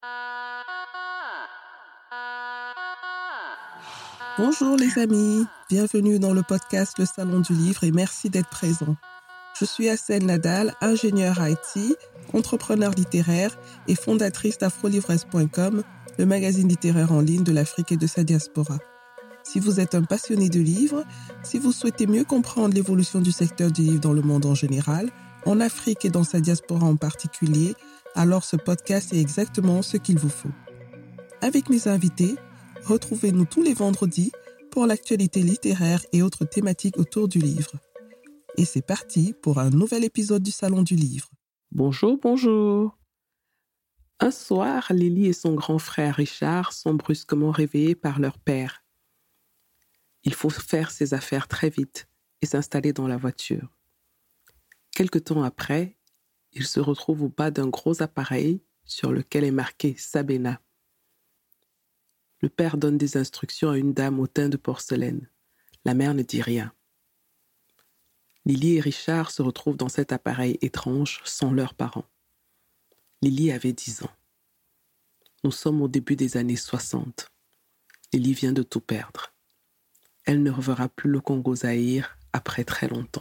Bonjour les amis, bienvenue dans le podcast Le Salon du Livre et merci d'être présents. Je suis Assel Nadal, ingénieure IT, entrepreneur littéraire et fondatrice d'afrolivresses.com, le magazine littéraire en ligne de l'Afrique et de sa diaspora. Si vous êtes un passionné de livres, si vous souhaitez mieux comprendre l'évolution du secteur du livre dans le monde en général, en Afrique et dans sa diaspora en particulier, alors ce podcast est exactement ce qu'il vous faut. Avec mes invités, retrouvez-nous tous les vendredis pour l'actualité littéraire et autres thématiques autour du livre. Et c'est parti pour un nouvel épisode du Salon du Livre. Bonjour, bonjour. Un soir, Lily et son grand frère Richard sont brusquement réveillés par leur père. Il faut faire ses affaires très vite et s'installer dans la voiture. Quelque temps après, ils se retrouvent au bas d'un gros appareil sur lequel est marqué Sabena. Le père donne des instructions à une dame au teint de porcelaine. La mère ne dit rien. Lily et Richard se retrouvent dans cet appareil étrange sans leurs parents. Lily avait 10 ans. Nous sommes au début des années 60. Lily vient de tout perdre. Elle ne reverra plus le Congo-Zaïre après très longtemps.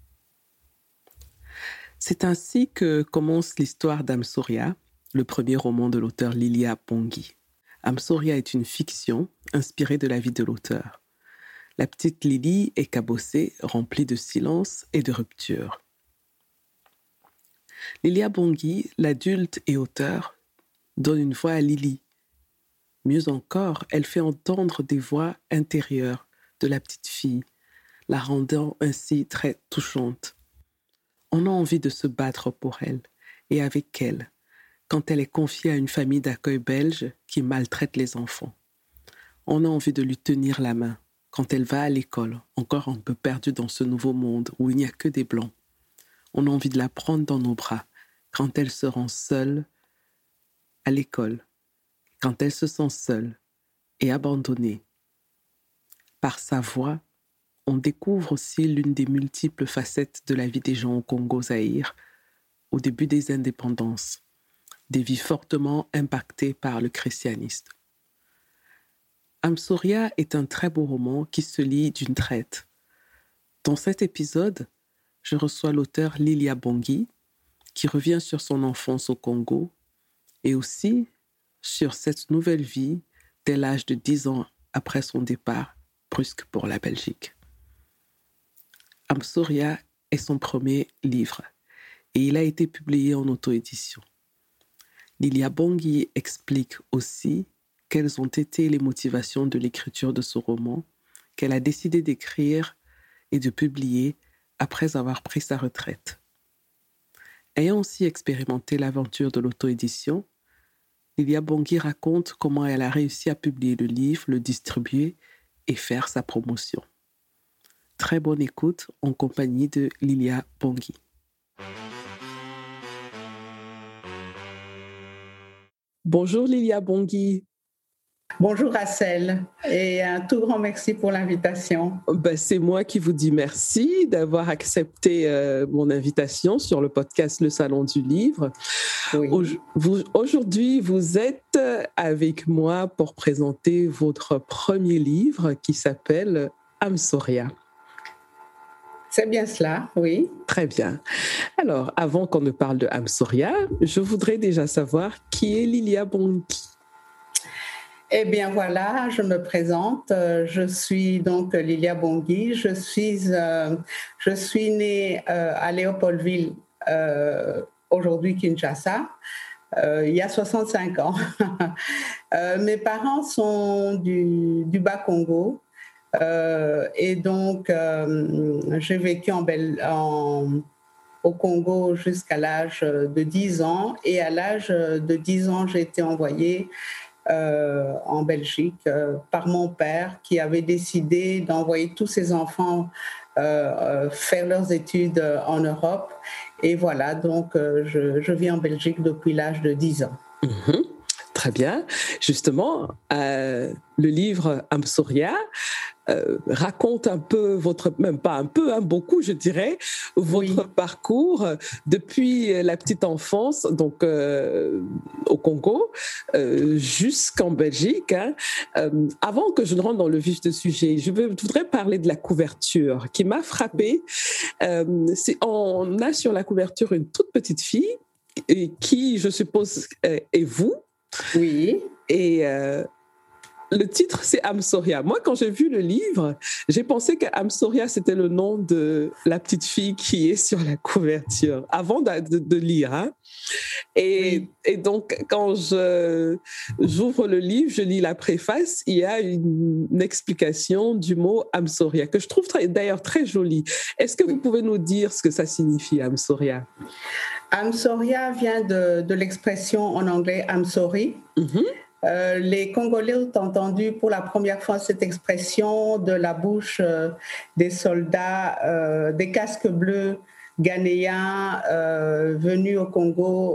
C'est ainsi que commence l'histoire d'Amsoria, le premier roman de l'auteur Lilia Bongi. Amsoria est une fiction inspirée de la vie de l'auteur. La petite Lily est cabossée, remplie de silence et de rupture. Lilia Bongi, l'adulte et auteur, donne une voix à Lily. Mieux encore, elle fait entendre des voix intérieures de la petite fille, la rendant ainsi très touchante. On a envie de se battre pour elle et avec elle, quand elle est confiée à une famille d'accueil belge qui maltraite les enfants. On a envie de lui tenir la main quand elle va à l'école, encore un peu perdue dans ce nouveau monde où il n'y a que des blancs. On a envie de la prendre dans nos bras quand elle se rend seule à l'école, quand elle se sent seule et abandonnée. Par sa voix, on découvre aussi l'une des multiples facettes de la vie des gens au Congo-Zaïre au début des indépendances. Des vies fortement impactées par le christianisme. Amsoria est un très beau roman qui se lit d'une traite. Dans cet épisode, je reçois l'auteur Lilia Bongi, qui revient sur son enfance au Congo et aussi sur cette nouvelle vie dès l'âge de 10 ans après son départ brusque pour la Belgique. Amsoria est son premier livre et il a été publié en auto-édition. Lilia Bongi explique aussi quelles ont été les motivations de l'écriture de ce roman qu'elle a décidé d'écrire et de publier après avoir pris sa retraite. Ayant aussi expérimenté l'aventure de l'auto-édition, Lilia Bongi raconte comment elle a réussi à publier le livre, le distribuer et faire sa promotion. Très bonne écoute en compagnie de Lilia Bongi. Bonjour Lilia Bongi. Bonjour Assel et un tout grand merci pour l'invitation. C'est moi qui vous dis merci d'avoir accepté mon invitation sur le podcast Le Salon du Livre. Oui. Aujourd'hui, vous êtes avec moi pour présenter votre premier livre qui s'appelle Amsoria. C'est bien cela, oui. Très bien. Alors, avant qu'on ne parle de Amsoria, je voudrais déjà savoir qui est Lilia Bongi. Eh bien voilà, je me présente. Je suis donc Lilia Bongi. Je suis née à Léopoldville, aujourd'hui Kinshasa, il y a 65 ans. Mes parents sont du Bas-Congo. Et donc, j'ai vécu au Congo jusqu'à l'âge de 10 ans. Et à l'âge de 10 ans, j'ai été envoyée en Belgique par mon père qui avait décidé d'envoyer tous ses enfants faire leurs études en Et voilà, donc je vis en Belgique depuis l'âge de 10 ans. Très bien. Justement, le livre Amsoria raconte un peu même pas un peu, beaucoup, je dirais, votre parcours depuis la petite enfance, donc au Congo, jusqu'en Belgique. Avant que je ne rentre dans le vif du sujet, je voudrais parler de la couverture qui m'a frappée. On a sur la couverture une toute petite fille qui, je suppose, est vous. Oui. Et le titre, c'est Amsoria. Moi, quand j'ai vu le livre, j'ai pensé qu'Amsoria, c'était le nom de la petite fille qui est sur la couverture, avant de lire. Hein. Et donc, quand j'ouvre le livre, je lis la préface, il y a une explication du mot Amsoria, que je trouve d'ailleurs très jolie. Est-ce que vous pouvez nous dire ce que ça signifie, Amsoria? Amsoria vient de l'expression en anglais I'm sorry. Les Congolais ont entendu pour la première fois cette expression de la bouche des soldats, des casques bleus ghanéens venus au Congo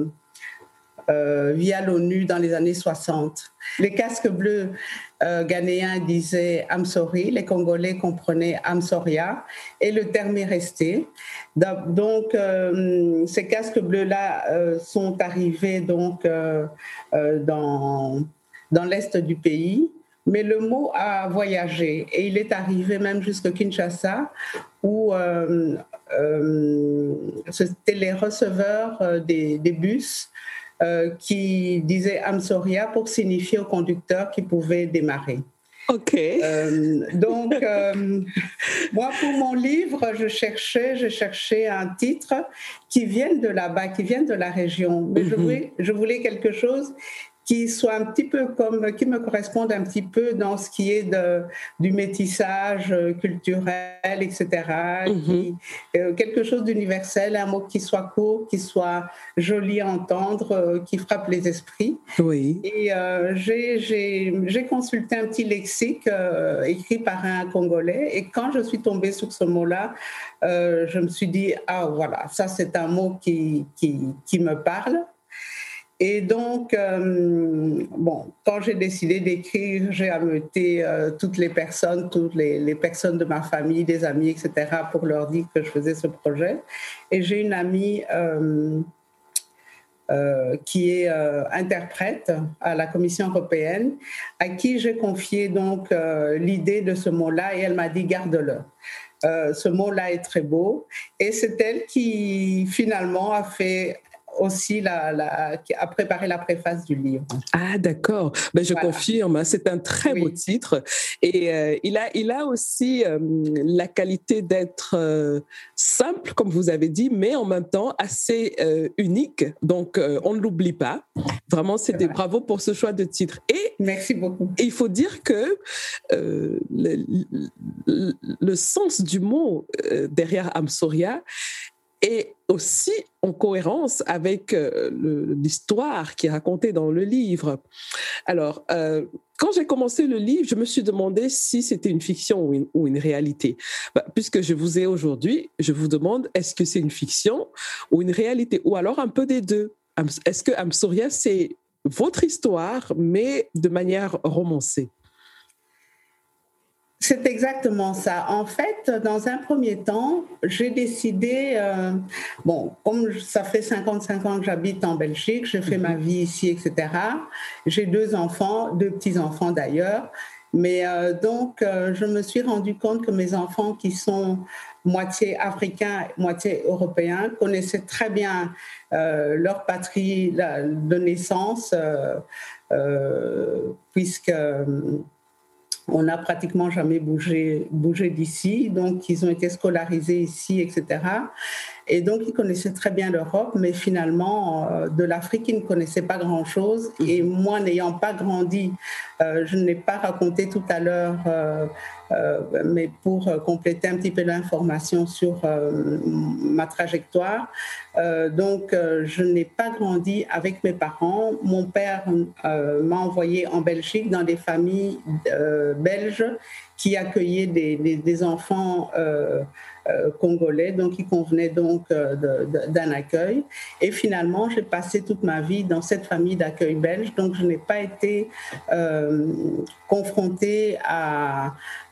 via l'ONU dans les années 60. Les casques bleus ghanéens disaient I'm sorry, les Congolais comprenaient Amsoria et le terme est resté. Donc, ces casques bleus-là sont arrivés donc, dans l'est du pays, mais le mot a voyagé et il est arrivé même jusqu'à Kinshasa où c'était les receveurs des bus qui disaient Amsoria pour signifier au conducteur qu'il pouvait démarrer. OK. Donc, moi, pour mon livre, je cherchais un titre qui vienne de là-bas, qui vienne de la région. Mais je voulais quelque chose qui soit un petit peu qui me corresponde un petit peu dans ce qui est du métissage culturel, etc. Quelque chose d'universel, un mot qui soit court, qui soit joli à entendre, qui frappe les esprits. Oui. Et j'ai consulté un petit lexique écrit par un Congolais. Et quand je suis tombée sur ce mot-là, je me suis dit, ah voilà, ça c'est un mot qui me parle. Et donc, quand j'ai décidé d'écrire, j'ai ameuté toutes les personnes de ma famille, des amis, etc., pour leur dire que je faisais ce projet. Et j'ai une amie qui est interprète à la Commission européenne, à qui j'ai confié donc l'idée de ce mot-là, et elle m'a dit « garde-le ». Ce mot-là est très beau. Et c'est elle qui, finalement, a fait aussi qui a préparé la préface du livre. Ah, d'accord. Ben, je confirme, c'est un très beau titre. Et il a aussi la qualité d'être simple, comme vous avez dit, mais en même temps assez unique. Donc, on ne l'oublie pas. Vraiment, c'est des bravos pour ce choix de titre. Et merci beaucoup. Il faut dire que le sens du mot derrière Amsoria est aussi en cohérence avec l'histoire qui est racontée dans le livre. Alors, quand j'ai commencé le livre, je me suis demandé si c'était une fiction ou une réalité. Puisque je vous ai aujourd'hui, je vous demande, est-ce que c'est une fiction ou une réalité? Ou alors un peu des deux. Est-ce que Amsoria, c'est votre histoire, mais de manière romancée? C'est exactement ça. En fait, dans un premier temps, j'ai décidé, comme ça fait 55 ans que j'habite en Belgique, j'ai fait ma vie ici, etc. J'ai 2 enfants, 2 petits-enfants d'ailleurs. Mais donc, je me suis rendu compte que mes enfants qui sont moitié africains, moitié européens, connaissaient très bien leur patrie de naissance, puisque... on n'a pratiquement jamais bougé d'ici, donc ils ont été scolarisés ici, etc. Et donc, ils connaissaient très bien l'Europe, mais finalement, de l'Afrique, ils ne connaissaient pas grand-chose. Et moi, n'ayant pas grandi, je ne l'ai pas raconté tout à l'heure, mais pour compléter un petit peu l'information sur ma trajectoire. Donc, je n'ai pas grandi avec mes parents. Mon père m'a envoyé en Belgique dans des familles belges qui accueillait des enfants congolais, donc qui convenaient donc d'un accueil. Et finalement, j'ai passé toute ma vie dans cette famille d'accueil belge, donc je n'ai pas été confrontée à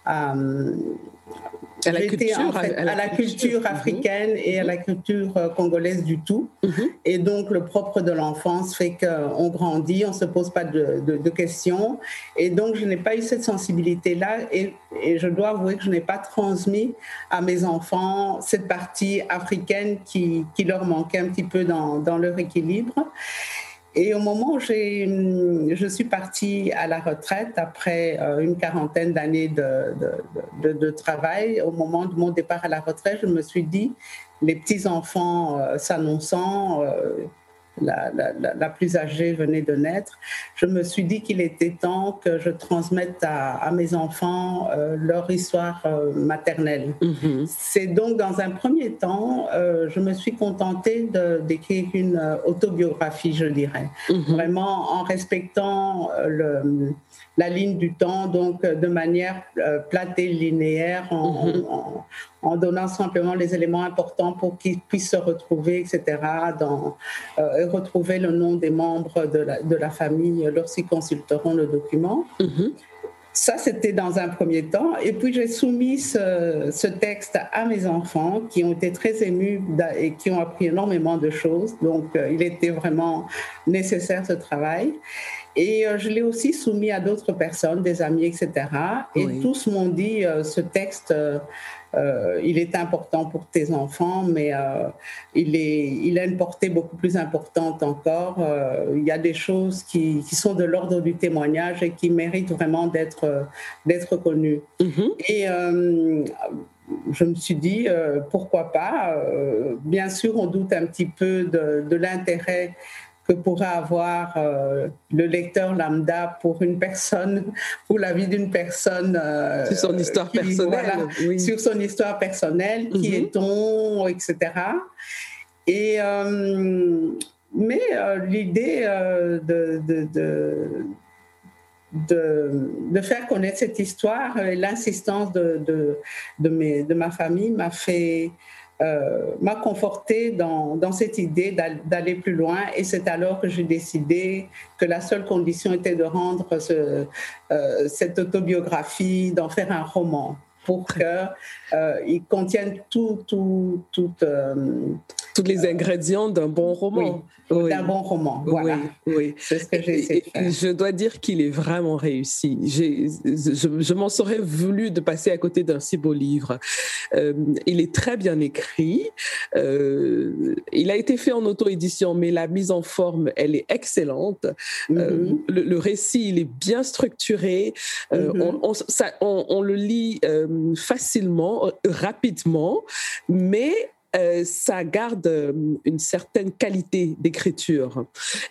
la culture africaine et à la culture congolaise du tout. Et donc, le propre de l'enfance fait qu'on grandit, on ne se pose pas de questions. Et donc, je n'ai pas eu cette sensibilité-là et je dois avouer que je n'ai pas transmis à mes enfants cette partie africaine qui leur manquait un petit peu dans leur équilibre. Et au moment où je suis partie à la retraite, après une quarantaine d'années de travail, au moment de mon départ à la retraite, je me suis dit, les petits-enfants s'annonçant, la plus âgée venait de naître, je me suis dit qu'il était temps que je transmette à mes enfants leur histoire maternelle. C'est donc dans un premier temps, je me suis contentée d'écrire une autobiographie, je dirais, vraiment en respectant la ligne du temps, donc de manière plate et linéaire, en donnant simplement les éléments importants pour qu'ils puissent se retrouver, etc., et retrouver le nom des membres de la famille lorsqu'ils consulteront le document. Ça, c'était dans un premier temps. Et puis, j'ai soumis ce texte à mes enfants qui ont été très émus et qui ont appris énormément de choses. Donc, il était vraiment nécessaire ce travail. Et je l'ai aussi soumis à d'autres personnes, des amis, etc. Et tous m'ont dit, ce texte, il est important pour tes enfants, mais il a une portée beaucoup plus importante encore. Il y a des choses qui sont de l'ordre du témoignage et qui méritent vraiment d'être connues. Et je me suis dit, pourquoi pas. Bien sûr, on doute un petit peu de l'intérêt que pourrait avoir le lecteur lambda pour une personne, pour la vie d'une personne. Sur son histoire personnelle. Voilà, sur son histoire personnelle, qui est-on, etc. Et, mais l'idée de faire connaître cette histoire et l'insistance de ma famille m'a confortée dans cette idée d'aller plus loin, et c'est alors que j'ai décidé que la seule condition était de rendre cette autobiographie, d'en faire un roman pour qu'il contienne tous les ingrédients d'un bon roman. Oui, d'un bon roman, voilà. Oui. C'est ce que j'ai essayé de faire. Je dois dire qu'il est vraiment réussi. Je m'en serais voulu de passer à côté d'un si beau livre. Il est très bien écrit. Il a été fait en auto-édition, mais la mise en forme, elle est excellente. Le récit, il est bien structuré. On le lit facilement, rapidement, mais ça garde une certaine qualité d'écriture.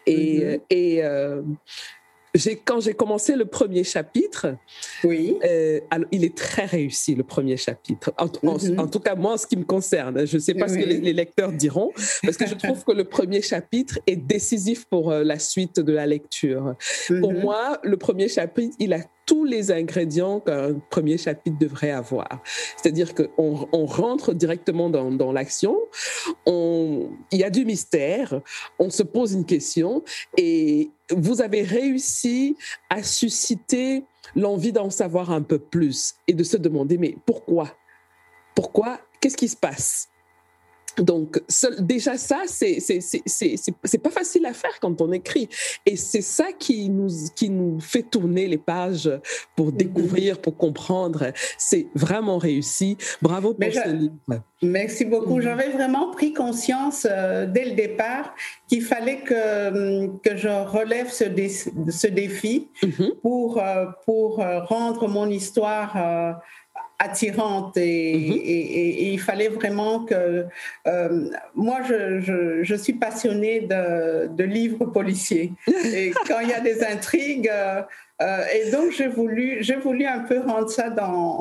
Quand j'ai commencé le premier chapitre, alors, il est très réussi, le premier chapitre. En tout cas, moi, en ce qui me concerne. Je ne sais pas ce que les lecteurs diront, parce que je trouve que le premier chapitre est décisif pour la suite de la lecture. Pour moi, le premier chapitre, il a tous les ingrédients qu'un premier chapitre devrait avoir. C'est-à-dire qu'on rentre directement dans l'action, il y a du mystère, on se pose une question, et vous avez réussi à susciter l'envie d'en savoir un peu plus et de se demander, mais pourquoi ? Pourquoi ? Qu'est-ce qui se passe ? Donc, déjà ça, c'est pas facile à faire quand on écrit. Et c'est ça qui nous fait tourner les pages pour découvrir, pour comprendre. C'est vraiment réussi. Bravo pour ce livre. Merci beaucoup. J'avais vraiment pris conscience dès le départ qu'il fallait que je relève ce défi pour rendre mon histoire attirante et il fallait vraiment que moi je suis passionnée de livres policiers et quand il y a des intrigues et donc j'ai voulu un peu rendre ça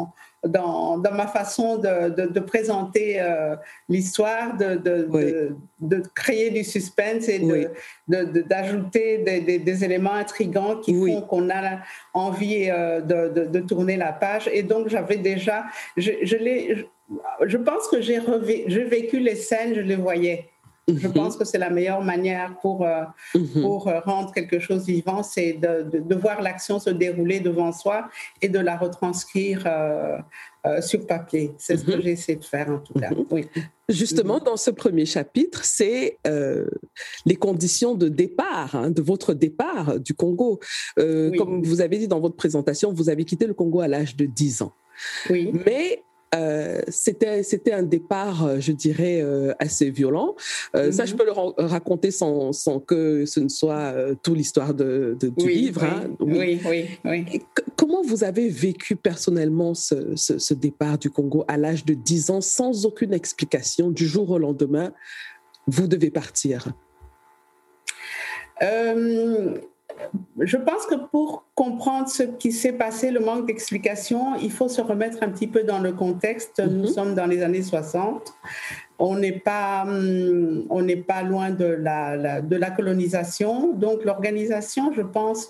dans ma façon de présenter l'histoire, de créer du suspense et d'ajouter des éléments intrigants qui font qu'on a envie de tourner la page. Et donc, j'avais déjà... Je pense que j'ai vécu les scènes, je les voyais. Je pense que c'est la meilleure manière pour rendre quelque chose vivant, c'est de voir l'action se dérouler devant soi et de la retranscrire sur papier. C'est ce que j'ai essayé de faire en tout cas. Oui. Justement, dans ce premier chapitre, c'est les conditions de départ, de votre départ du Congo. Comme vous avez dit dans votre présentation, vous avez quitté le Congo à l'âge de 10 ans. Oui. Mais c'était un départ, je dirais, assez violent. Ça, je peux le raconter sans que ce ne soit toute l'histoire du livre. Oui. Comment vous avez vécu personnellement ce départ du Congo à l'âge de 10 ans, sans aucune explication, du jour au lendemain, vous devez partir? Je pense que pour comprendre ce qui s'est passé, le manque d'explication, il faut se remettre un petit peu dans le contexte. Nous sommes dans les années 60. On n'est pas loin de la colonisation. Donc l'organisation, je pense,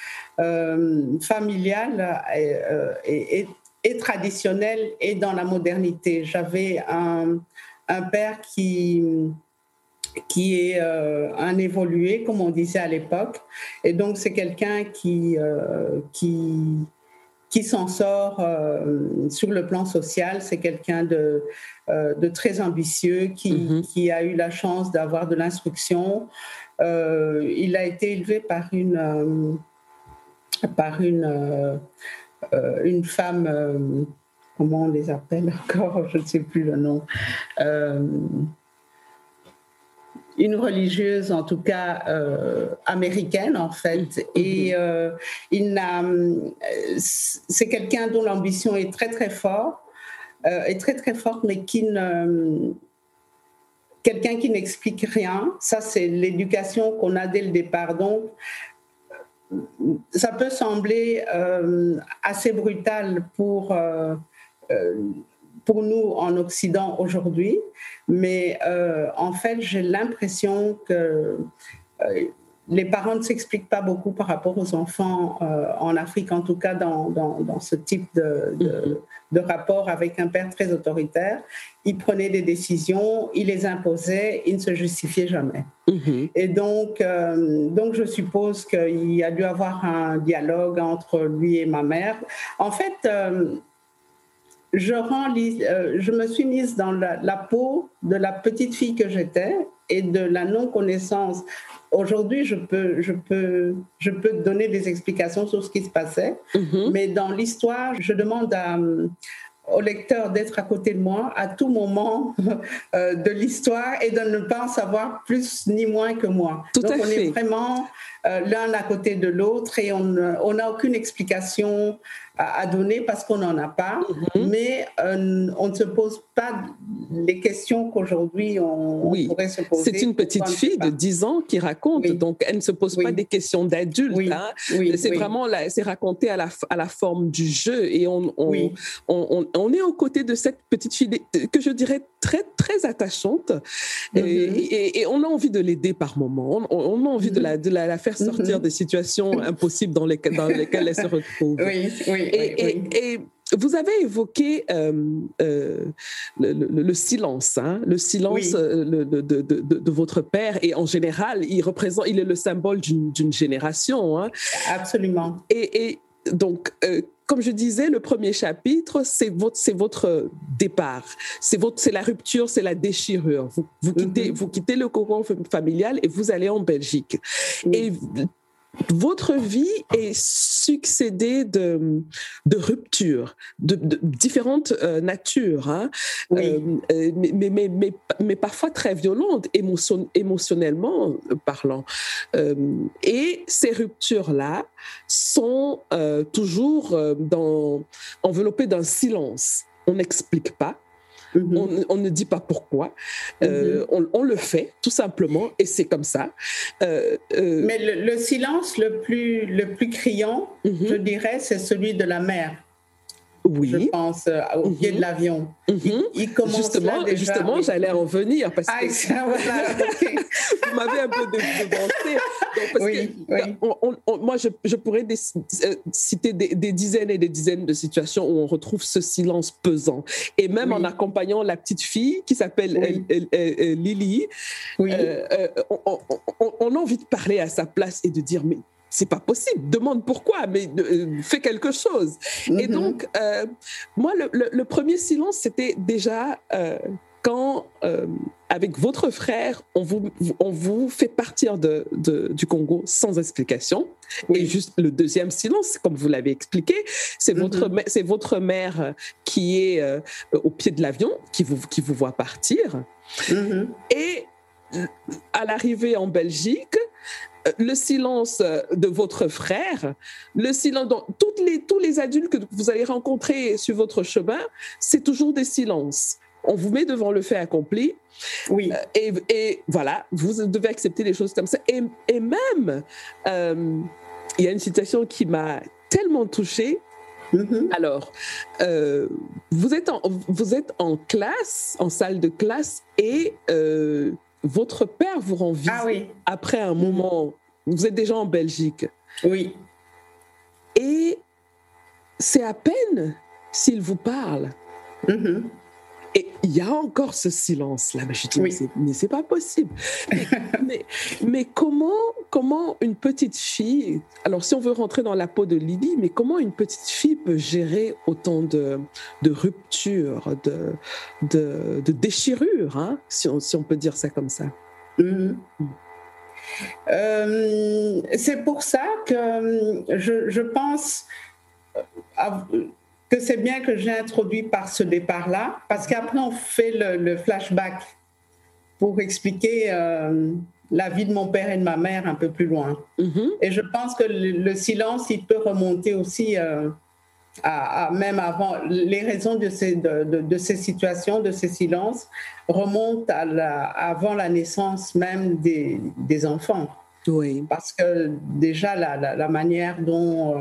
familiale et traditionnelle est dans la modernité. J'avais un père qui est un évolué, comme on disait à l'époque. Et donc, c'est quelqu'un qui s'en sort sur le plan social. C'est quelqu'un de très ambitieux, qui a eu la chance d'avoir de l'instruction. Il a été élevé par une femme, comment on les appelle encore, je ne sais plus le nom, une religieuse, en tout cas américaine, en fait. Et c'est quelqu'un dont l'ambition est très, très forte, mais quelqu'un qui n'explique rien. Ça, c'est l'éducation qu'on a dès le départ. Donc, ça peut sembler assez brutal pour nous en Occident aujourd'hui, mais en fait, j'ai l'impression que les parents ne s'expliquent pas beaucoup par rapport aux enfants en Afrique, en tout cas dans ce type de rapport avec un père très autoritaire. Il prenait des décisions, il les imposait, il ne se justifiait jamais. Et donc, je suppose qu'il y a dû avoir un dialogue entre lui et ma mère. En fait, je me suis mise dans la peau de la petite fille que j'étais et de la non-connaissance. Aujourd'hui, je peux donner des explications sur ce qui se passait, mais dans l'histoire, je demande au lecteur d'être à côté de moi à tout moment de l'histoire et de ne pas en savoir plus ni moins que moi. Donc on est vraiment l'un à côté de l'autre et on n'a aucune explication à donner parce qu'on n'en a pas, mais on ne se pose pas les questions qu'aujourd'hui on pourrait se poser. C'est une petite fille de 10 ans qui raconte, donc elle ne se pose pas des questions d'adulte. C'est vraiment c'est raconté à la forme du jeu et on est aux côtés de cette petite fille que je dirais très, très attachante et on a envie de l'aider par moments. On a envie de la faire sortir des situations impossibles dans lesquelles elle se retrouve. Et vous avez évoqué le silence, le silence de votre père, et en général, il est le symbole d'une génération. Absolument. Et donc, comme je disais, le premier chapitre, c'est votre départ, c'est la rupture, c'est la déchirure. Vous quittez le cocon familial et vous allez en Belgique. Et votre vie est succédée de ruptures, de différentes natures, mais parfois très violentes, émotionnellement parlant. Et ces ruptures-là sont toujours enveloppées d'un silence. On n'explique pas. On ne dit pas pourquoi. On le fait, tout simplement, et c'est comme ça. Mais le silence le plus criant, je dirais, c'est celui de la mère. je Oui. pense, au pied de l'avion. Il commence Justement, là déjà. justement, j'allais en venir parce que Ça, voilà, ok. vous m'avez un peu devancé. Donc, parce que moi, je pourrais citer des dizaines et des dizaines de situations où on retrouve ce silence pesant. Et même en accompagnant la petite fille qui s'appelle Lily, on a envie de parler à sa place et de dire, mais c'est pas possible, demande pourquoi, mais fais quelque chose. Et donc, moi, le premier silence, c'était déjà quand, avec votre frère, on vous fait partir du Congo sans explication. Et juste le deuxième silence, comme vous l'avez expliqué, c'est votre mère qui est au pied de l'avion, qui vous voit partir. Et à l'arrivée en Belgique, le silence de votre frère, le silence de tous les adultes que vous allez rencontrer sur votre chemin, c'est toujours des silences. On vous met devant le fait accompli. Oui. Et voilà, vous devez accepter les choses comme ça. Et même, il y a une situation qui m'a tellement touchée. Alors, vous êtes en classe, en salle de classe, et votre père vous rend visite après un moment. Vous êtes déjà en Belgique. Oui. Et c'est à peine s'il vous parle. Et il y a encore ce silence-là. Mais je dis, mais c'est pas possible. Mais comment une petite fille... Alors, si on veut rentrer dans la peau de Lily, mais comment une petite fille peut gérer autant de ruptures, de déchirures, hein, si on peut dire ça comme ça? C'est pour ça que je pense que c'est bien que j'ai introduit par ce départ-là, parce qu'après on fait le flashback pour expliquer la vie de mon père et de ma mère un peu plus loin. Et je pense que le silence, il peut remonter aussi à même avant. Les raisons de ces situations, de ces silences, remontent avant la naissance même des enfants. Oui. Parce que déjà, la manière dont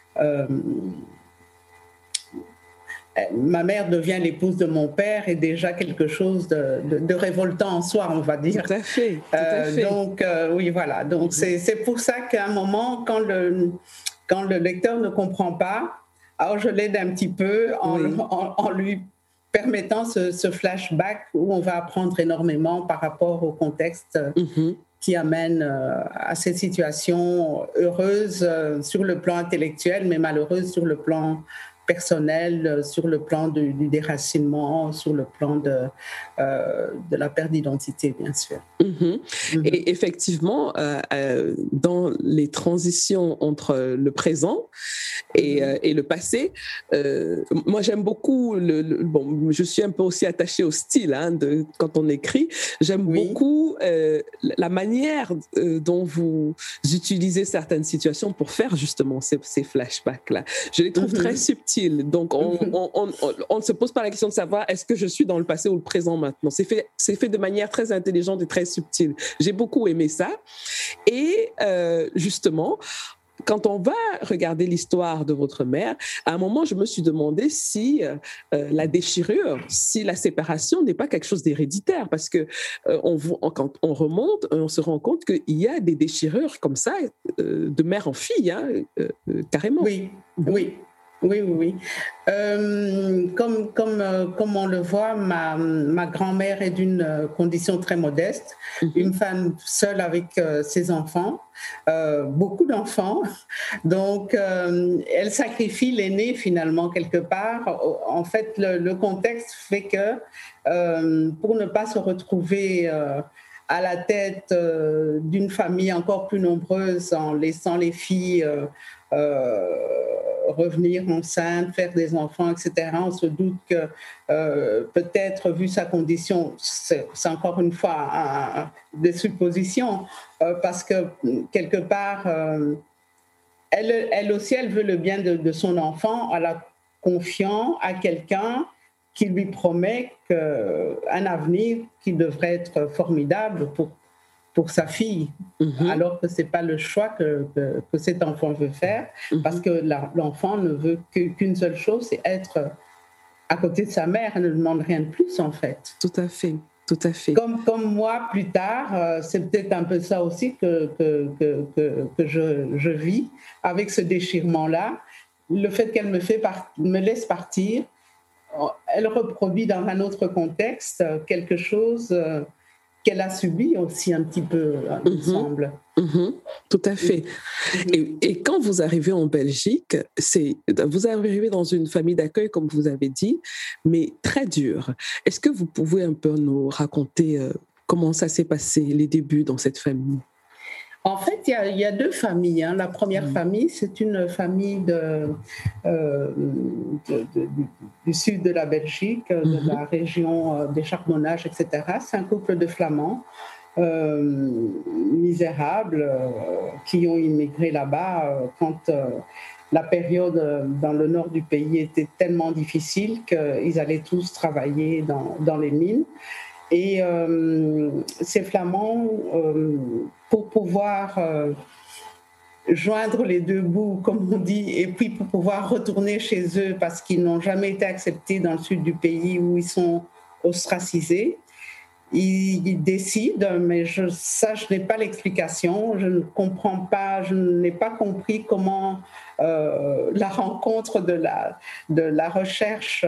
ma mère devient l'épouse de mon père est déjà quelque chose de révoltant en soi, on va dire. Tout à fait. Tout à fait. Donc, oui, voilà. Donc, c'est pour ça qu'à un moment, quand le lecteur ne comprend pas, alors je l'aide un petit peu en lui permettant ce flashback où on va apprendre énormément par rapport au contexte qui amène à ces situations heureuses sur le plan intellectuel, mais malheureuses sur le plan personnel, sur le plan du déracinement, sur le plan de la perte d'identité, bien sûr. Et effectivement, dans les transitions entre le présent et le passé, moi j'aime beaucoup, bon, je suis un peu aussi attachée au style quand on écrit, j'aime beaucoup la manière dont vous utilisez certaines situations pour faire justement ces flashbacks-là. Je les trouve très subtils. Donc, on ne se pose pas la question de savoir est-ce que je suis dans le passé ou le présent maintenant. C'est fait de manière très intelligente et très subtile. J'ai beaucoup aimé ça. Et justement, quand on va regarder l'histoire de votre mère, à un moment, je me suis demandé si la déchirure, si la séparation n'est pas quelque chose d'héréditaire, parce que quand on remonte, on se rend compte qu'il y a des déchirures comme ça, de mère en fille, carrément. Oui. Comme on le voit, ma grand-mère est d'une condition très modeste, une femme seule avec ses enfants, beaucoup d'enfants. Donc, elle sacrifie l'aîné finalement quelque part. En fait, le contexte fait que pour ne pas se retrouver à la tête d'une famille encore plus nombreuse en laissant les filles revenir enceinte, faire des enfants, etc. On se doute que peut-être, vu sa condition, c'est encore une fois des suppositions, parce que quelque part, elle aussi, elle veut le bien de son enfant en la confiant à quelqu'un qui lui promet un avenir qui devrait être formidable pour pour sa fille, alors que ce n'est pas le choix que cet enfant veut faire, parce que l'enfant ne veut qu'une seule chose, c'est être à côté de sa mère, elle ne demande rien de plus en fait. Tout à fait, tout à fait. Comme moi, plus tard, c'est peut-être un peu ça aussi que je vis avec ce déchirement-là. Le fait qu'elle me laisse partir, elle reproduit dans un autre contexte quelque chose qu'elle a subi aussi un petit peu, il me semble. Tout à fait. Et quand vous arrivez en Belgique, vous arrivez dans une famille d'accueil, comme vous avez dit, mais très dure. Est-ce que vous pouvez un peu nous raconter comment ça s'est passé, les débuts dans cette famille? En fait, il y a deux familles. Hein. La première famille, c'est une famille du sud de la Belgique, de la région des Charbonnages, etc. C'est un couple de Flamands misérables qui ont immigré là-bas quand la période dans le nord du pays était tellement difficile qu'ils allaient tous travailler dans les mines. Et ces Flamands, pour pouvoir joindre les deux bouts, comme on dit, et puis pour pouvoir retourner chez eux parce qu'ils n'ont jamais été acceptés dans le sud du pays où ils sont ostracisés, ils décident, mais je n'ai pas l'explication, je ne comprends pas, je n'ai pas compris comment la rencontre de la recherche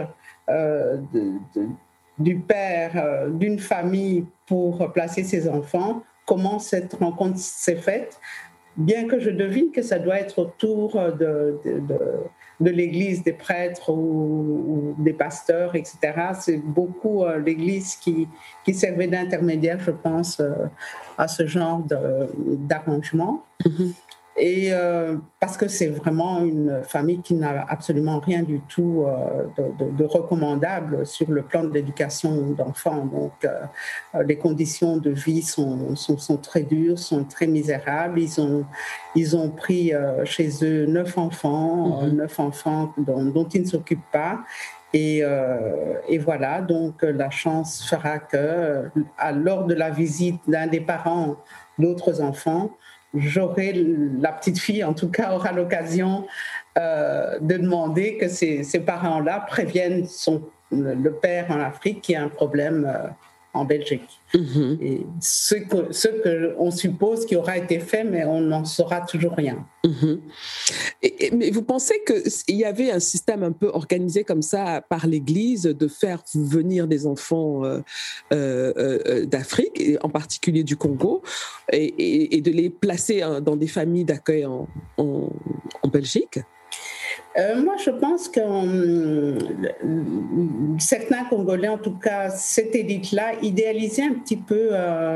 du père d'une famille pour placer ses enfants, comment cette rencontre s'est faite, bien que je devine que ça doit être autour de l'église, des prêtres ou des pasteurs, etc. C'est beaucoup l'église qui servait d'intermédiaire, je pense, à ce genre d'arrangement. Et parce que c'est vraiment une famille qui n'a absolument rien du tout de recommandable sur le plan de l'éducation d'enfants. Donc, les conditions de vie sont très dures, sont très misérables. Ils ont pris chez eux 9 enfants dont ils ne s'occupent pas. Et voilà, donc la chance fera que, lors de la visite d'un des parents d'autres enfants, la petite fille, en tout cas, aura l'occasion de demander que ces parents-là préviennent le père en Afrique qui a un problème en Belgique. Et ce qu'on suppose qui aura été fait, mais on n'en saura toujours rien. Mais vous pensez qu'il y avait un système un peu organisé comme ça par l'Église de faire venir des enfants d'Afrique, et en particulier du Congo, et de les placer dans des familles d'accueil en Belgique? Moi, je pense que certains Congolais, en tout cas cette élite-là, idéalisaient un petit peu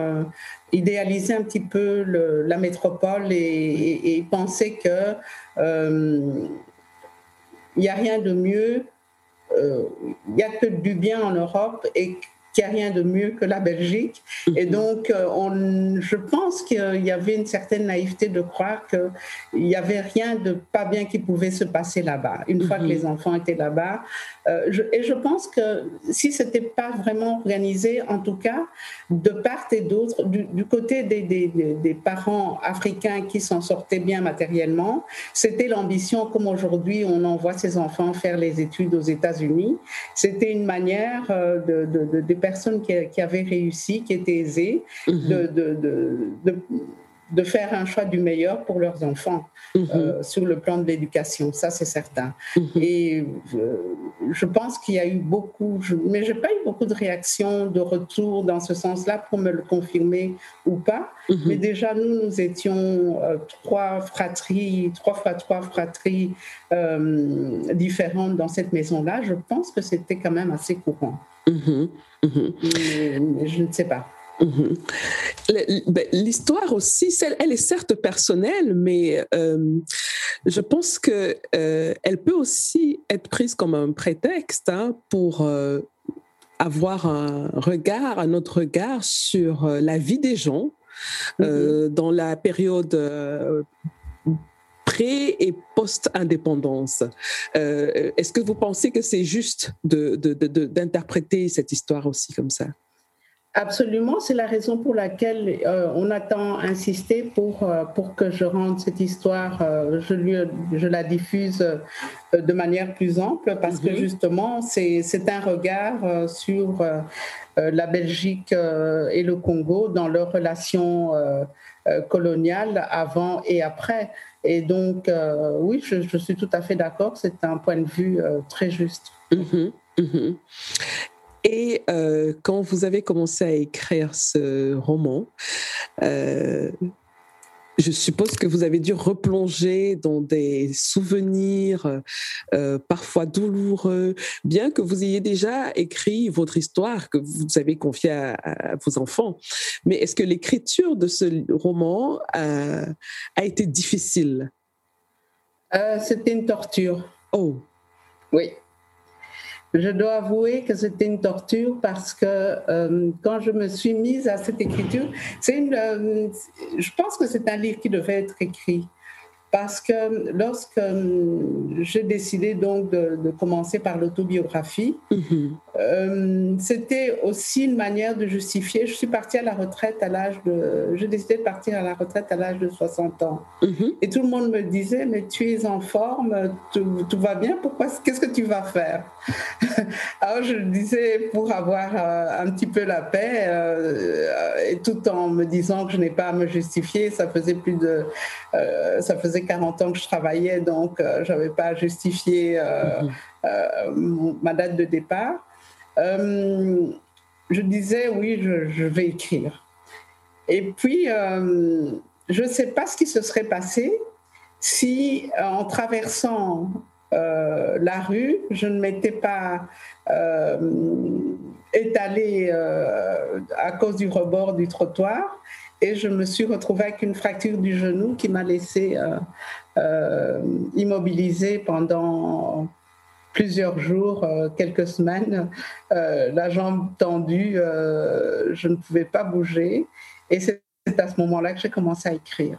la métropole et pensaient que il n'y a rien de mieux, il n'y a que du bien en Europe et qu'il n'y a rien de mieux que la Belgique. Et donc, je pense qu'il y avait une certaine naïveté de croire qu'il n'y avait rien de pas bien qui pouvait se passer là-bas, une fois que les enfants étaient là-bas. Et je pense que si ce n'était pas vraiment organisé, en tout cas, de part et d'autre, du côté des parents africains qui s'en sortaient bien matériellement, c'était l'ambition, comme aujourd'hui, on envoie ses enfants faire les études aux États-Unis. C'était une manière des personnes qui avaient réussi, qui étaient aisées, de faire un choix du meilleur pour leurs enfants sur le plan de l'éducation, ça c'est certain. Et je pense qu'il y a eu beaucoup, mais je n'ai pas eu beaucoup de réactions, de retours dans ce sens-là pour me le confirmer ou pas. Mais déjà, nous étions 3 fratries différentes dans cette maison-là. Je pense que c'était quand même assez courant. Mais je ne sais pas. L'histoire aussi, elle est certes personnelle, mais je pense qu'elle peut aussi être prise comme un prétexte pour avoir un autre regard sur la vie des gens dans la période pré- et post-indépendance. Est-ce que vous pensez que c'est juste d'interpréter cette histoire aussi comme ça? Absolument, c'est la raison pour laquelle on a tant insisté pour que je rende cette histoire, je la diffuse de manière plus ample, parce que justement, c'est un regard sur la Belgique et le Congo dans leurs relations coloniales avant et après. Et donc, oui, je suis tout à fait d'accord, c'est un point de vue très juste. Et quand vous avez commencé à écrire ce roman, je suppose que vous avez dû replonger dans des souvenirs parfois douloureux, bien que vous ayez déjà écrit votre histoire, que vous avez confiée à vos enfants. Mais est-ce que l'écriture de ce roman a été difficile? C'était une torture. Oh. Oui. Je dois avouer que c'était une torture parce que quand je me suis mise à cette écriture, je pense que c'est un livre qui devait être écrit. Parce que lorsque j'ai décidé donc de commencer par l'autobiographie, c'était aussi une manière de justifier. Je suis partie à la retraite j'ai décidé de partir à la retraite à l'âge de 60 ans. Et tout le monde me disait, mais tu es en forme, tout va bien, qu'est-ce que tu vas faire? Alors je disais, pour avoir un petit peu la paix, et tout en me disant que je n'ai pas à me justifier, ça faisait 40 ans que je travaillais, donc je n'avais pas à justifier ma date de départ. Je disais, oui, je vais écrire. Et puis, je ne sais pas ce qui se serait passé si, en traversant la rue, je ne m'étais pas étalée à cause du rebord du trottoir. Et je me suis retrouvée avec une fracture du genou qui m'a laissée immobilisée pendant plusieurs jours, quelques semaines, la jambe tendue, je ne pouvais pas bouger. Et c'est à ce moment-là que j'ai commencé à écrire.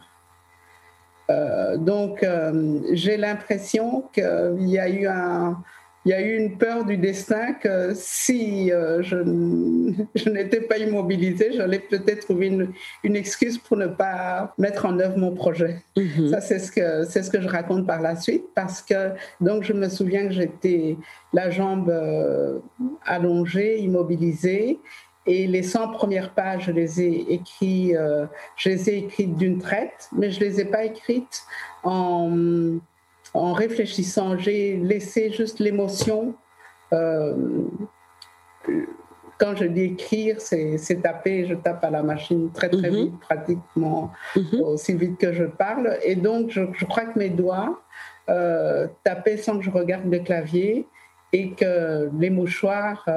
Donc, j'ai l'impression qu'il y a eu une peur du destin que si je n'étais pas immobilisée, j'allais peut-être trouver une excuse pour ne pas mettre en œuvre mon projet. Ça, c'est ce que je raconte par la suite, parce que donc je me souviens que j'étais la jambe allongée, immobilisée, et les 100 premières pages, je les ai écrites d'une traite, mais je ne les ai pas écrites en réfléchissant. J'ai laissé juste l'émotion. Quand je dis écrire, c'est taper. Je tape à la machine très, très vite, pratiquement aussi vite que je parle. Et donc, je crois que mes doigts tapaient sans que je regarde le clavier et que les mouchoirs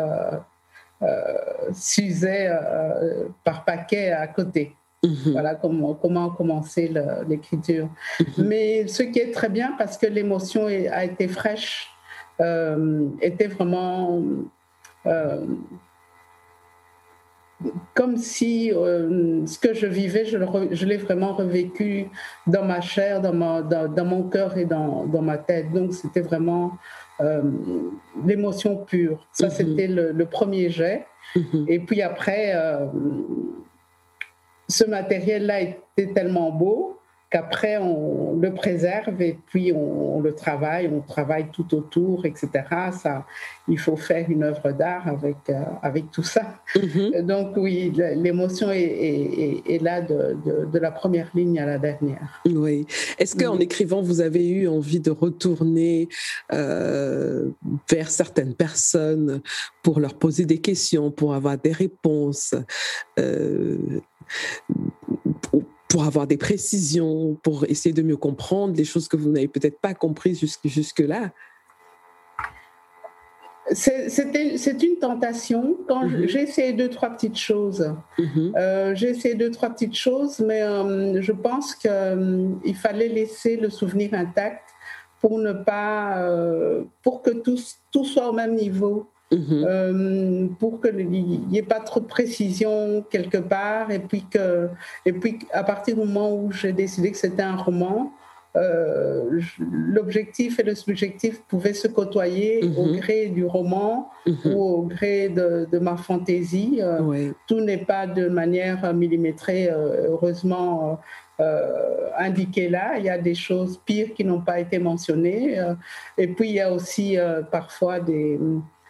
s'usaient par paquet à côté. Voilà comment commencer l'écriture. Mais ce qui est très bien, parce que l'émotion a été fraîche, était vraiment comme si ce que je vivais, je l'ai vraiment revécu dans ma chair, dans mon cœur et dans ma tête. Donc c'était vraiment l'émotion pure. Ça, c'était le premier jet. Et puis après, ce matériel-là était tellement beau qu'après, on le préserve et puis on le travaille, on travaille tout autour, etc. Ça, il faut faire une œuvre d'art avec tout ça. Donc oui, l'émotion est là de la première ligne à la dernière. Oui. Est-ce qu'en écrivant, vous avez eu envie de retourner vers certaines personnes pour leur poser des questions, pour avoir des réponses, pour avoir des précisions, pour essayer de mieux comprendre les choses que vous n'avez peut-être pas comprises jusque-là? C'est une tentation. Quand j'ai essayé 2-3 petites choses. J'ai essayé 2-3 petites choses, mais je pense qu'il fallait laisser le souvenir intact pour que tout soit au même niveau. Pour qu'il n'y ait pas trop de précision quelque part, et puis à partir du moment où j'ai décidé que c'était un roman, l'objectif et le subjectif pouvaient se côtoyer au gré du roman ou au gré de ma fantaisie. Oui. Tout n'est pas de manière millimétrée, heureusement, indiqué là. Il y a des choses pires qui n'ont pas été mentionnées. Et puis, il y a aussi parfois des...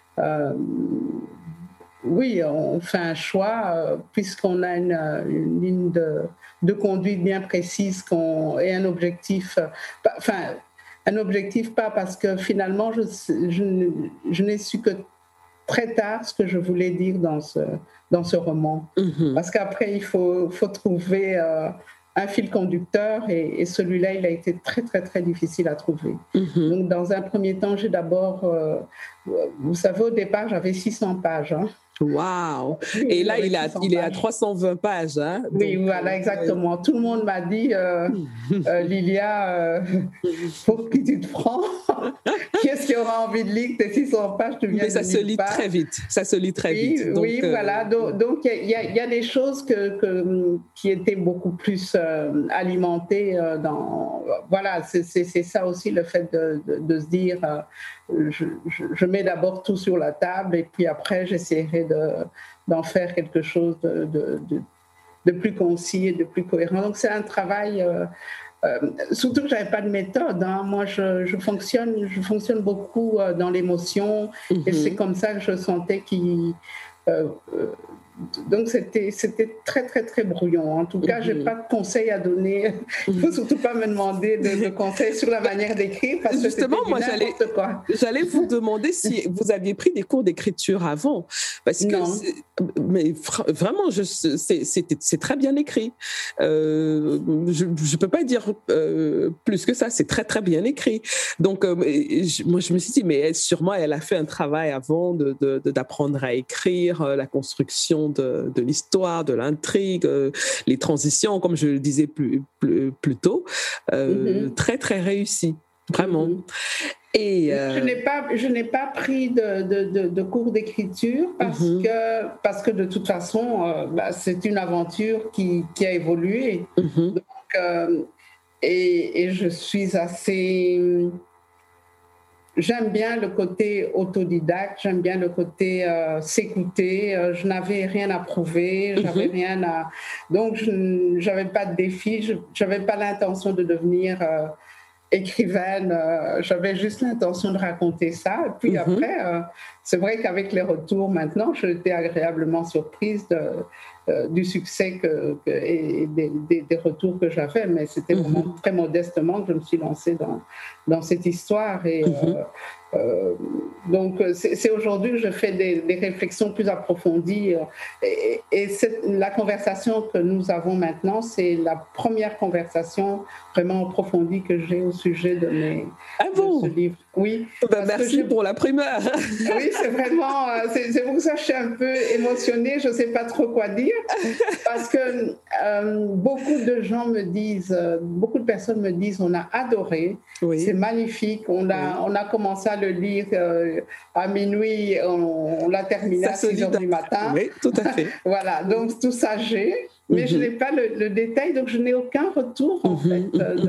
oui, on fait un choix puisqu'on a une ligne de conduite bien précise et un objectif. Enfin, un objectif pas parce que finalement, je n'ai su que très tard ce que je voulais dire dans ce roman. Parce qu'après, il faut trouver un fil conducteur et celui-là, il a été très, très, très difficile à trouver. Donc, dans un premier temps, j'ai d'abord... vous savez, au départ, j'avais 600 pages. Hein. Wow! Et là, il est à 320 pages. Hein? Oui, donc, voilà, exactement. Tout le monde m'a dit, Lilia, faut que tu te prends. Qui est-ce qui aura envie de lire tes 600 pages? Mais ça se lit très vite. Ça se lit très vite. Donc, oui, voilà. Donc, il y a des choses qui étaient beaucoup plus alimentées voilà, c'est ça aussi le fait de se dire... Je mets d'abord tout sur la table et puis après j'essaierai d'en faire quelque chose de plus concis et de plus cohérent. Donc c'est un travail, surtout que je n'avais pas de méthode. Hein. Moi je fonctionne beaucoup dans l'émotion et c'est comme ça que je sentais donc c'était très très très brouillon. En tout cas, j'ai pas de conseils à donner. Il faut surtout pas me demander de conseils sur la manière d'écrire parce justement, que moi j'allais vous demander si vous aviez pris des cours d'écriture avant, parce que mais vraiment c'est très bien écrit. Je peux pas dire plus que ça. C'est très très bien écrit. Donc moi je me suis dit mais sûrement elle a fait un travail avant d'apprendre à écrire, la construction de l'histoire, de l'intrigue, les transitions, comme je le disais plus tôt, très très réussi, vraiment. Et je n'ai pas pris de cours d'écriture parce que de toute façon, c'est une aventure qui a évolué. Donc, et je suis assez... J'aime bien le côté autodidacte, j'aime bien le côté s'écouter. Je n'avais rien à prouver, j'avais rien à... Donc, je n'avais pas de défi, je n'avais pas l'intention de devenir écrivaine. J'avais juste l'intention de raconter ça. Et puis après, c'est vrai qu'avec les retours maintenant, j'ai été agréablement surprise du succès et des retours que j'avais, mais c'était vraiment très modestement que je me suis lancée dans cette histoire. Et donc, c'est aujourd'hui que je fais des réflexions plus approfondies. Et la conversation que nous avons maintenant, c'est la première conversation vraiment approfondie que j'ai au sujet de ce livre. Oui. Merci pour la primeur. Oui, c'est vraiment... c'est pour ça que je suis un peu émotionnée. Je ne sais pas trop quoi dire. Parce que beaucoup de personnes me disent, on a adoré, c'est magnifique, on a commencé à le lire à minuit, on l'a terminé à 6 heures du matin. Oui, tout à fait. Voilà, donc tout ça j'ai, mais je n'ai pas le détail, donc je n'ai aucun retour en fait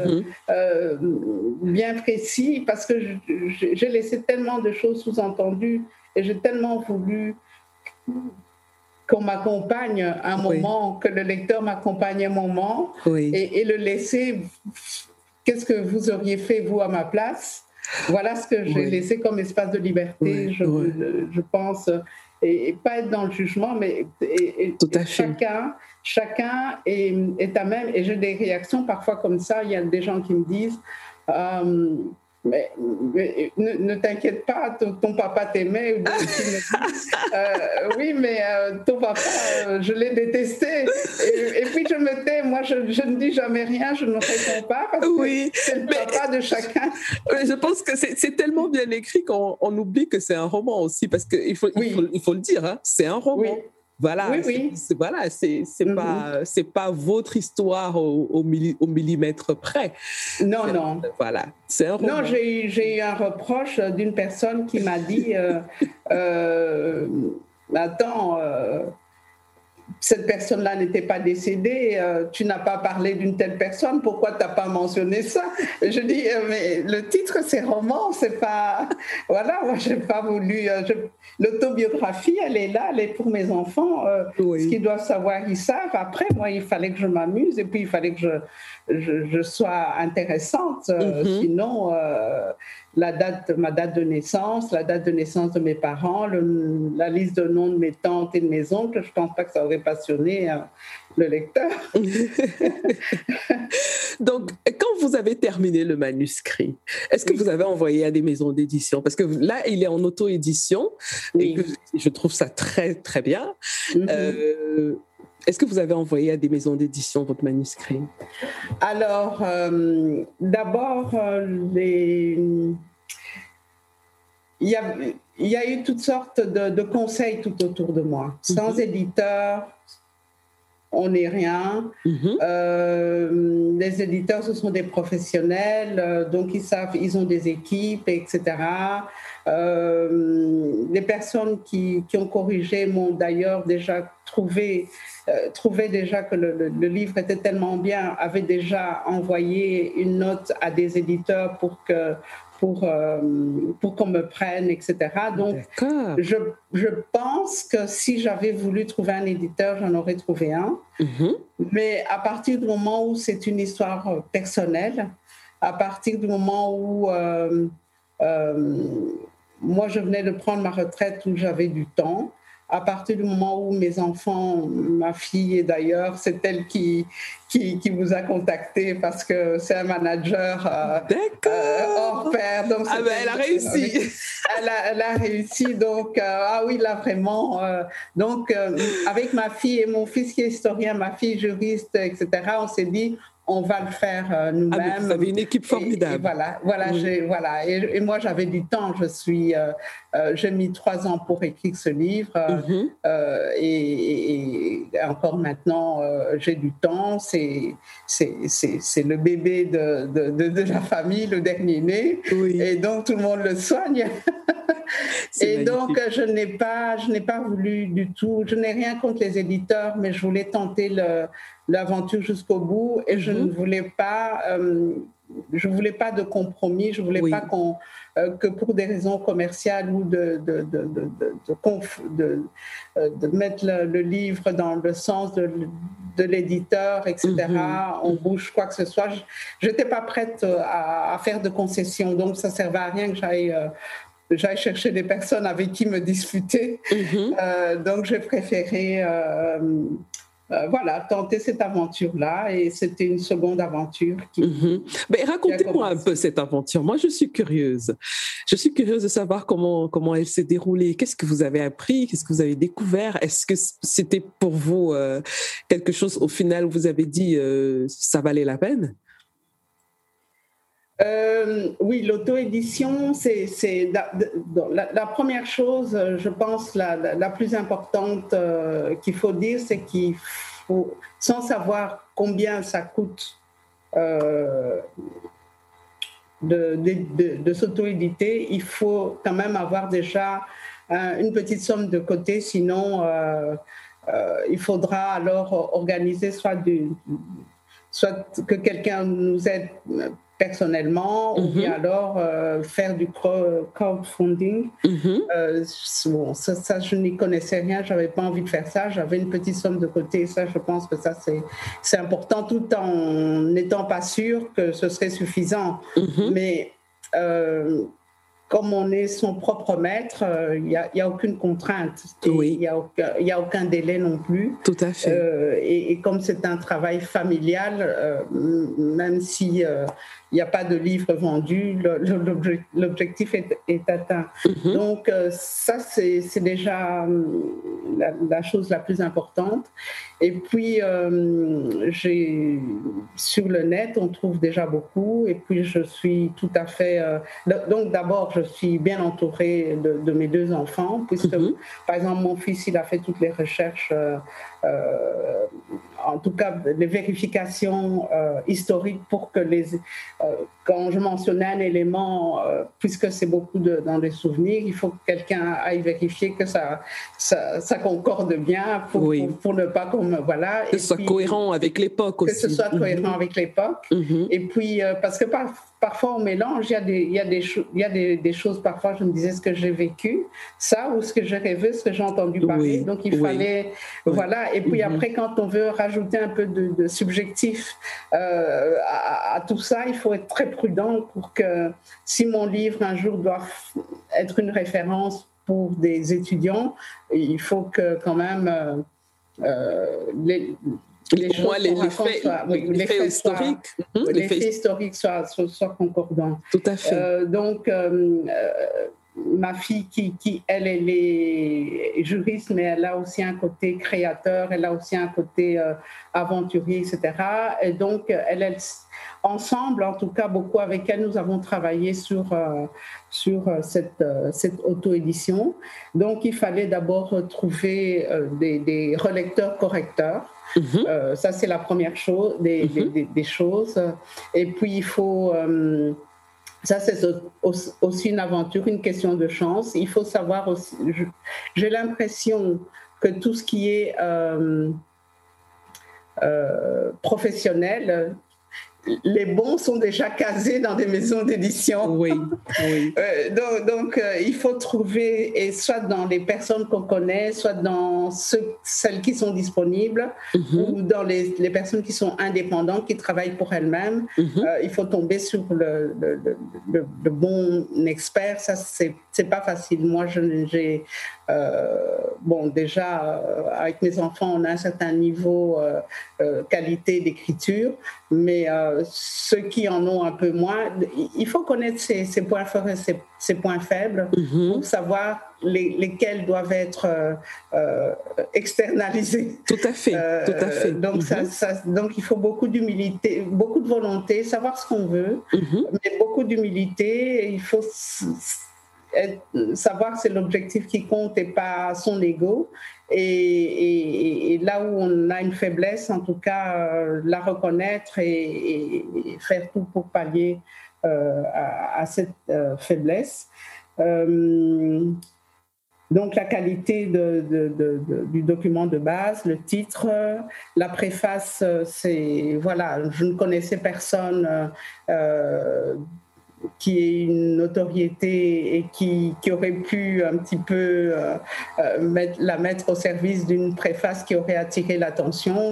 bien précis, parce que j'ai laissé tellement de choses sous-entendues et j'ai tellement voulu qu'on m'accompagne un moment, que le lecteur m'accompagne un moment et le laisser. Qu'est-ce que vous auriez fait, vous, à ma place? Voilà ce que j'ai laissé comme espace de liberté, je pense, et pas être dans le jugement, mais tout à fait. Chacun est à même, et j'ai des réactions parfois comme ça. Il y a des gens qui me disent mais ne t'inquiète pas, ton papa t'aimait. Oui, mais ton papa, je l'ai détesté. Et puis je me tais, moi je ne dis jamais rien, je ne réponds pas, parce que c'est le papa de chacun. Je pense que c'est tellement bien écrit qu'on oublie que c'est un roman aussi, parce qu'il faut le dire, hein, c'est un roman. Oui. Voilà, c'est pas votre histoire au millimètre près. Non. Voilà, c'est un roman. Non, j'ai eu un reproche d'une personne qui m'a dit attends, cette personne-là n'était pas décédée, tu n'as pas parlé d'une telle personne, pourquoi tu n'as pas mentionné ça? Je dis, mais le titre, c'est roman, c'est pas... Voilà, moi, je n'ai pas voulu... L'autobiographie, elle est là, elle est pour mes enfants. Ce qu'ils doivent savoir, ils savent. Après, moi, il fallait que je m'amuse et puis il fallait que je sois intéressante. Sinon, ma date de naissance, la date de naissance de mes parents, la liste de noms de mes tantes et de mes oncles, je ne pense pas que ça aurait passionné le lecteur. Donc, quand vous avez terminé le manuscrit, est-ce que vous avez envoyé à des maisons d'édition? Parce que là, il est en auto-édition et que je trouve ça très, très bien. Est-ce que vous avez envoyé à des maisons d'édition votre manuscrit? Alors, d'abord, il y a eu toutes sortes de conseils tout autour de moi. Sans éditeur, on n'est rien. Les éditeurs, ce sont des professionnels, donc ils savent, ils ont des équipes, etc. Les personnes qui ont corrigé m'ont d'ailleurs déjà trouvé déjà que le livre était tellement bien, avaient déjà envoyé une note à des éditeurs pour qu'on me prenne, etc. Donc, je pense que si j'avais voulu trouver un éditeur, j'en aurais trouvé un. Mais à partir du moment où c'est une histoire personnelle, à partir du moment où moi, je venais de prendre ma retraite, où j'avais du temps, à partir du moment où mes enfants, ma fille et d'ailleurs, c'est elle qui vous a contacté parce que c'est un manager hors pair. Donc elle a réussi. Elle a réussi, donc oui, là vraiment. Donc avec ma fille et mon fils qui est historien, ma fille juriste, etc., on s'est dit, on va le faire nous-mêmes. Vous avez une équipe formidable. Et moi, j'avais du temps. J'ai mis 3 ans pour écrire ce livre. Et encore maintenant, j'ai du temps. C'est le bébé de la famille, le dernier-né. Et donc, tout le monde le soigne. Et donc, je n'ai pas voulu du tout. Je n'ai rien contre les éditeurs, mais je voulais tenter l'aventure jusqu'au bout et je ne voulais pas, de compromis, je voulais pas que pour des raisons commerciales ou de mettre le livre dans le sens de l'éditeur, etc., on bouge quoi que ce soit. Je n'étais pas prête à faire de concessions, donc ça ne servait à rien que j'aille chercher des personnes avec qui me disputer. Donc j'ai préféré tenter cette aventure-là, et c'était une seconde aventure Mais racontez-moi un peu cette aventure. Moi, je suis curieuse. Je suis curieuse de savoir comment elle s'est déroulée. Qu'est-ce que vous avez appris? Qu'est-ce que vous avez découvert? Est-ce que c'était pour vous quelque chose, au final, où vous avez dit ça valait la peine? Oui, l'auto-édition, c'est la première chose, je pense, la plus importante qu'il faut dire, c'est qu'il faut, sans savoir combien ça coûte de s'auto-éditer, il faut quand même avoir déjà une petite somme de côté, sinon il faudra alors organiser soit que quelqu'un nous aide personnellement, ou bien alors faire du crowdfunding. Ça, je n'y connaissais rien, je n'avais pas envie de faire ça, j'avais une petite somme de côté, ça, je pense que ça, c'est important, tout en n'étant pas sûr que ce serait suffisant. Mais comme on est son propre maître, il n'y a aucune contrainte. Il n'y a aucun délai non plus. Tout à fait. Et comme c'est un travail familial, même si il n'y a pas de livre vendu, l'objectif est atteint. Donc ça, c'est déjà la chose la plus importante. Et puis, sur le net, on trouve déjà beaucoup. Et puis, je suis tout à fait... donc, d'abord, je suis bien entourée de mes 2 enfants, puisque, par exemple, mon fils, il a fait toutes les recherches, en tout cas, les vérifications historiques pour que quand je mentionnais un élément, puisque c'est beaucoup dans les souvenirs, il faut que quelqu'un aille vérifier que ça concorde bien pour ne pas qu'on me... Voilà. Que ce soit cohérent avec l'époque aussi. Que ce soit cohérent avec l'époque. Et puis, parce que parfois on mélange, il y a des choses, parfois je me disais ce que j'ai vécu, ça, ou ce que j'ai rêvé, ce que j'ai entendu parler. Donc il fallait... Voilà. Et puis après, quand on veut rajouter un peu de subjectif à tout ça, il faut être très prudent pour que si mon livre un jour doit être une référence pour des étudiants, il faut que quand même les faits historiques soient concordants. Tout à fait. Donc, ma fille, elle est juriste, mais elle a aussi un côté créateur, elle a aussi un côté aventurier, etc. Et donc, ensemble, en tout cas, beaucoup avec elle, nous avons travaillé sur cette auto-édition. Donc, il fallait d'abord trouver des relecteurs-correcteurs. Ça, c'est la première chose, des choses. Et puis, il faut... ça, c'est aussi une aventure, une question de chance. Il faut savoir aussi... J'ai l'impression que tout ce qui est professionnel... Les bons sont déjà casés dans des maisons d'édition. Oui. Donc, il faut trouver, et soit dans les personnes qu'on connaît, soit dans celles qui sont disponibles, ou dans les personnes qui sont indépendantes, qui travaillent pour elles-mêmes. Il faut tomber sur le bon expert. Ça, c'est pas facile. Moi, j'ai... déjà, avec mes enfants, on a un certain niveau qualité d'écriture, mais ceux qui en ont un peu moins, il faut connaître ses points forts et ses points faibles pour savoir lesquels doivent être externalisés. Tout à fait, tout à fait. Donc, donc, il faut beaucoup d'humilité, beaucoup de volonté, savoir ce qu'on veut, mais beaucoup d'humilité. Il faut... savoir que c'est l'objectif qui compte et pas son ego, et là où on a une faiblesse, en tout cas la reconnaître et faire tout pour pallier à cette faiblesse. Donc la qualité du document de base, le titre, la préface, c'est voilà, je ne connaissais personne qui ait une notoriété et qui aurait pu un petit peu la mettre au service d'une préface qui aurait attiré l'attention.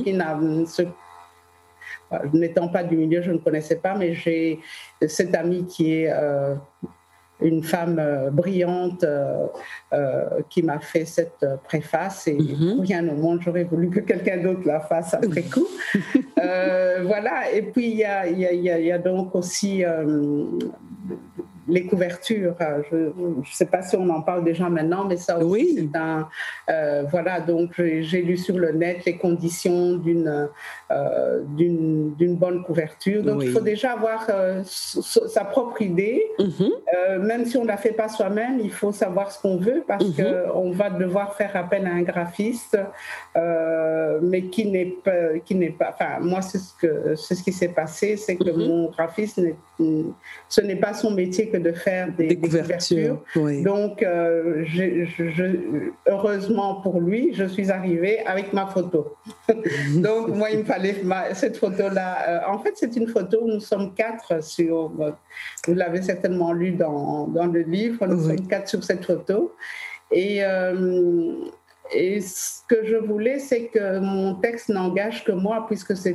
N'étant pas du milieu, je ne connaissais pas, mais j'ai cette amie qui est une femme brillante qui m'a fait cette préface, et pour rien au monde, j'aurais voulu que quelqu'un d'autre la fasse après coup. Voilà, et puis il y a donc aussi les couvertures. Je ne sais pas si on en parle déjà maintenant, mais ça aussi, c'est un... voilà, donc j'ai lu sur le net les conditions d'une bonne couverture. Donc il faut déjà avoir sa propre idée. Même si on ne la fait pas soi-même, il faut savoir ce qu'on veut, parce qu'on va devoir faire appel à un graphiste, mais qui n'est pas... Enfin, moi, c'est ce qui s'est passé, c'est que mon graphiste, ce n'est pas son métier que de faire des couvertures. Donc, heureusement pour lui, je suis arrivée avec ma photo. Donc, moi, il me fallait cette photo-là. En fait, c'est une photo où nous sommes 4 sur... Vous l'avez certainement lu dans le livre. Nous sommes 4 sur cette photo. Et ce que je voulais, c'est que mon texte n'engage que moi, puisque c'est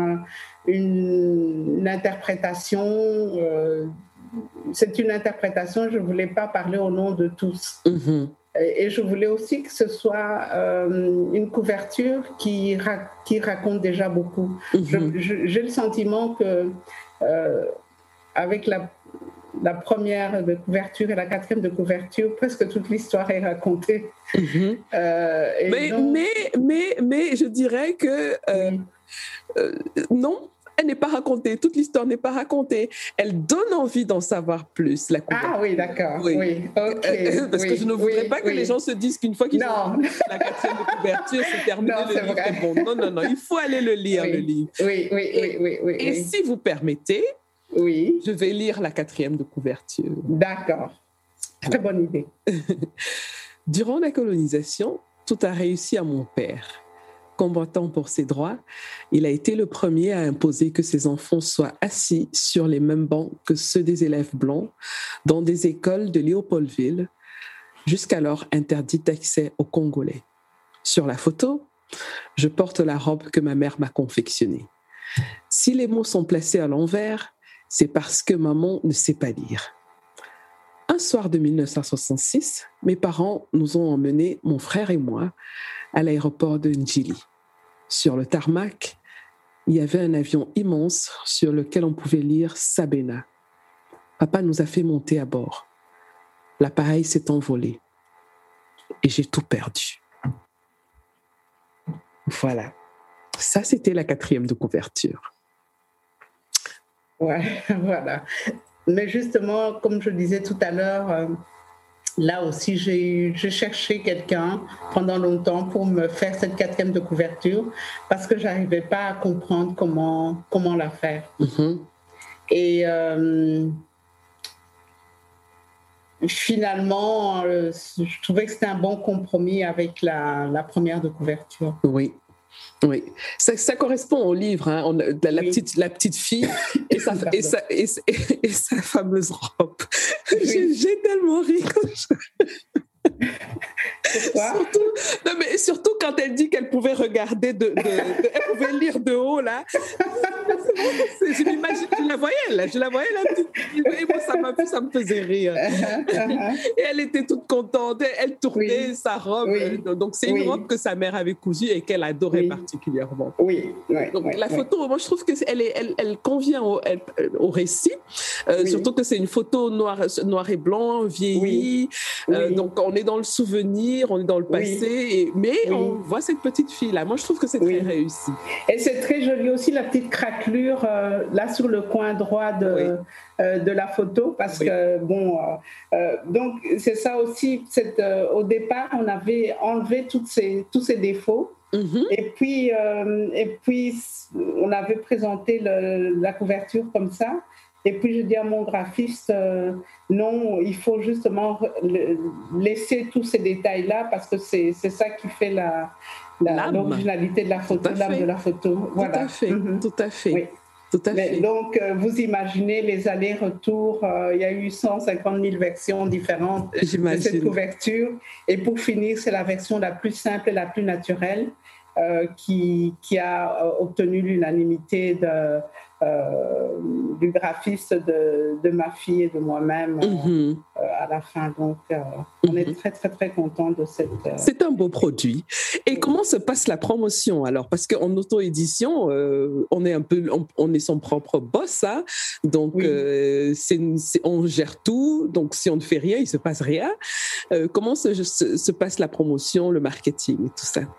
une interprétation. C'est une interprétation. Je ne voulais pas parler au nom de tous. Et je voulais aussi que ce soit une couverture qui raconte déjà beaucoup. J'ai le sentiment que avec la première de couverture et la quatrième de couverture, presque toute l'histoire est racontée. Mais je dirais que non, elle n'est pas racontée. Toute l'histoire n'est pas racontée. Elle donne envie d'en savoir plus, la couverture. Ah oui, d'accord. Oui. Parce que je ne voudrais pas que les gens se disent qu'une fois qu'ils ont lu la quatrième de couverture, c'est terminé, le livre est bon. Non, il faut aller le lire, le livre. Oui. Et si vous permettez, Oui. Je vais lire la 4e de couverture. D'accord. Très bonne idée. Durant la colonisation, tout a réussi à mon père. Combattant pour ses droits, il a été le premier à imposer que ses enfants soient assis sur les mêmes bancs que ceux des élèves blancs dans des écoles de Léopoldville, jusqu'alors interdites d'accès aux Congolais. Sur la photo, je porte la robe que ma mère m'a confectionnée. Si les mots sont placés à l'envers, c'est parce que maman ne sait pas lire. Un soir de 1966, mes parents nous ont emmenés, mon frère et moi, à l'aéroport de Njili. Sur le tarmac, il y avait un avion immense sur lequel on pouvait lire Sabena. Papa nous a fait monter à bord. L'appareil s'est envolé et j'ai tout perdu. Voilà. Ça, c'était la 4e de couverture. Ouais, voilà. Mais justement, comme je disais tout à l'heure, là aussi, j'ai cherché quelqu'un pendant longtemps pour me faire cette 4e de couverture parce que je n'arrivais pas à comprendre comment la faire. Mm-hmm. Et finalement, je trouvais que c'était un bon compromis avec la première de couverture. Oui. Oui, ça correspond au livre, hein. La petite fille et sa fameuse robe. Oui. J'ai tellement ri quand surtout quand elle dit qu'elle pouvait regarder, elle pouvait lire de haut là. Je m'imagine, je la voyais la petite fille, et moi ça me faisait rire. Et elle était toute contente, elle tournait sa robe. Donc c'est une robe que sa mère avait cousue et qu'elle adorait particulièrement. Donc la photo, moi je trouve que elle convient au récit, surtout que c'est une photo noir et blanc, vieillie. Donc on est dans le souvenir, on est dans le passé, mais on voit cette petite fille-là. Moi, je trouve que c'est très réussi. Et c'est très joli aussi, la petite craquelure là sur le coin droit de la photo, parce que, donc c'est ça aussi, au départ, on avait enlevé tous ces défauts. Mm-hmm. Et puis, on avait présenté la couverture comme ça. Et puis, je dis à mon graphiste, non, il faut justement laisser tous ces détails-là parce que c'est ça qui fait l'originalité de la photo, l'âme de la photo. Voilà. Tout à fait, tout à fait. Oui. Tout à fait. Donc, vous imaginez les allers-retours, il y a eu 150 000 versions différentes de cette couverture. Et pour finir, c'est la version la plus simple et la plus naturelle qui a obtenu l'unanimité du graphiste de ma fille et de moi-même à la fin. Donc, on est très, très, très contents de cette... C'est un beau produit. Et comment se passe la promotion alors? Parce qu'en auto-édition, on est son propre boss, hein? Donc on gère tout. Donc, si on ne fait rien, il ne se passe rien. Comment se passe la promotion, le marketing et tout ça?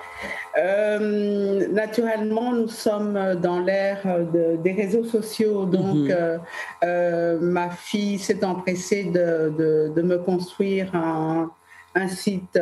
Naturellement, nous sommes dans l'ère des réseaux sociaux, donc ma fille s'est empressée de me construire un site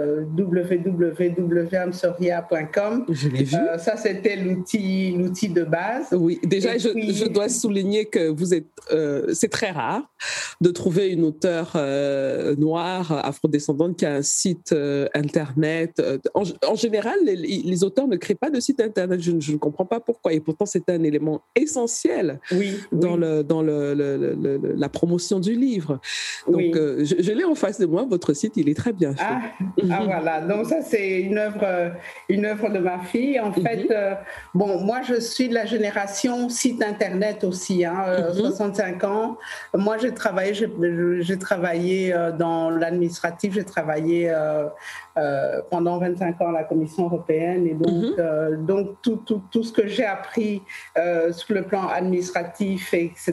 www.amsoria.com. Je l'ai vu. Ça, c'était l'outil de base. Oui, déjà, je dois souligner que vous êtes... c'est très rare de trouver une auteure noire, afrodescendante, qui a un site Internet. En général, les auteurs ne créent pas de site Internet. Je ne comprends pas pourquoi. Et pourtant, c'est un élément essentiel dans la promotion du livre. Donc, je l'ai en face de moi. Votre site, il est très bien fait. Voilà. Donc ça, c'est une œuvre de ma fille. En fait, moi, je suis de la génération site Internet aussi, 65 ans. Moi, j'ai travaillé dans l'administratif. J'ai travaillé pendant 25 ans à la Commission européenne. Et donc tout ce que j'ai appris sur le plan administratif, etc.,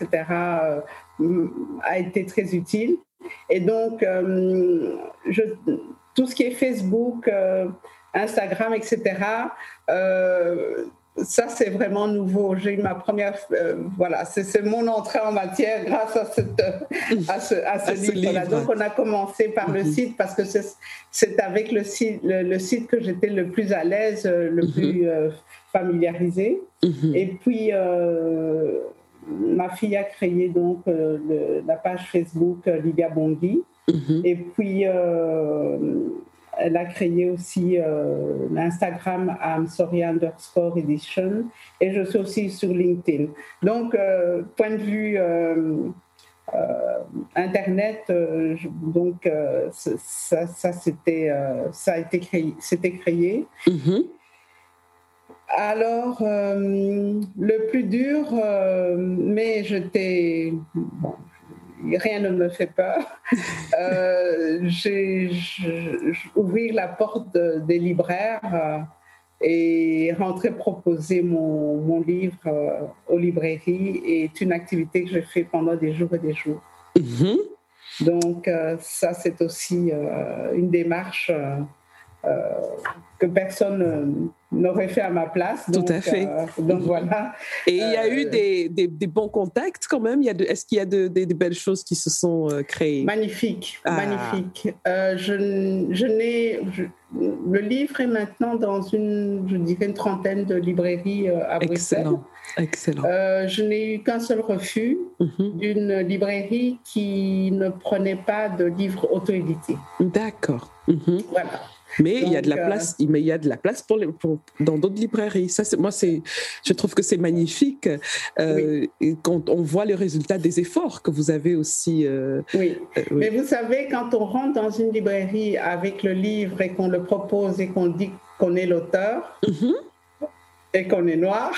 a été très utile. Et donc, tout ce qui est Facebook, Instagram, etc., ça, c'est vraiment nouveau. J'ai eu ma première... c'est mon entrée en matière grâce à ce livre-là. Donc, on a commencé par le site parce que c'est avec le site que j'étais le plus à l'aise, le plus familiarisé. Et puis... ma fille a créé donc la page Facebook Lilia Bongi. Et puis, elle a créé aussi l'Instagram @amsoria_edition. Et je suis aussi sur LinkedIn. Donc, point de vue Internet, c'était créé. Alors, le plus dur, mais rien ne me fait peur. Ouvrir la porte des libraires et rentrer proposer mon livre aux librairies est une activité que je fais pendant des jours et des jours. Donc, ça, c'est aussi une démarche que personne n'aurait fait à ma place. Donc, tout à fait. Donc voilà. Et il y a eu des bons contacts quand même. Est-ce qu'il y a des belles choses qui se sont créées? Magnifique, magnifique. Le livre est maintenant dans une trentaine de librairies à Bruxelles. Excellent. Je n'ai eu qu'un seul refus d'une librairie qui ne prenait pas de livres auto-édités. D'accord. Voilà. Mais il y a de la place. Mais il y a de la place dans d'autres librairies. Ça, je trouve que c'est magnifique quand on voit le résultat des efforts que vous avez aussi. Oui. Mais vous savez, quand on rentre dans une librairie avec le livre et qu'on le propose et qu'on dit qu'on est l'auteur et qu'on est noir,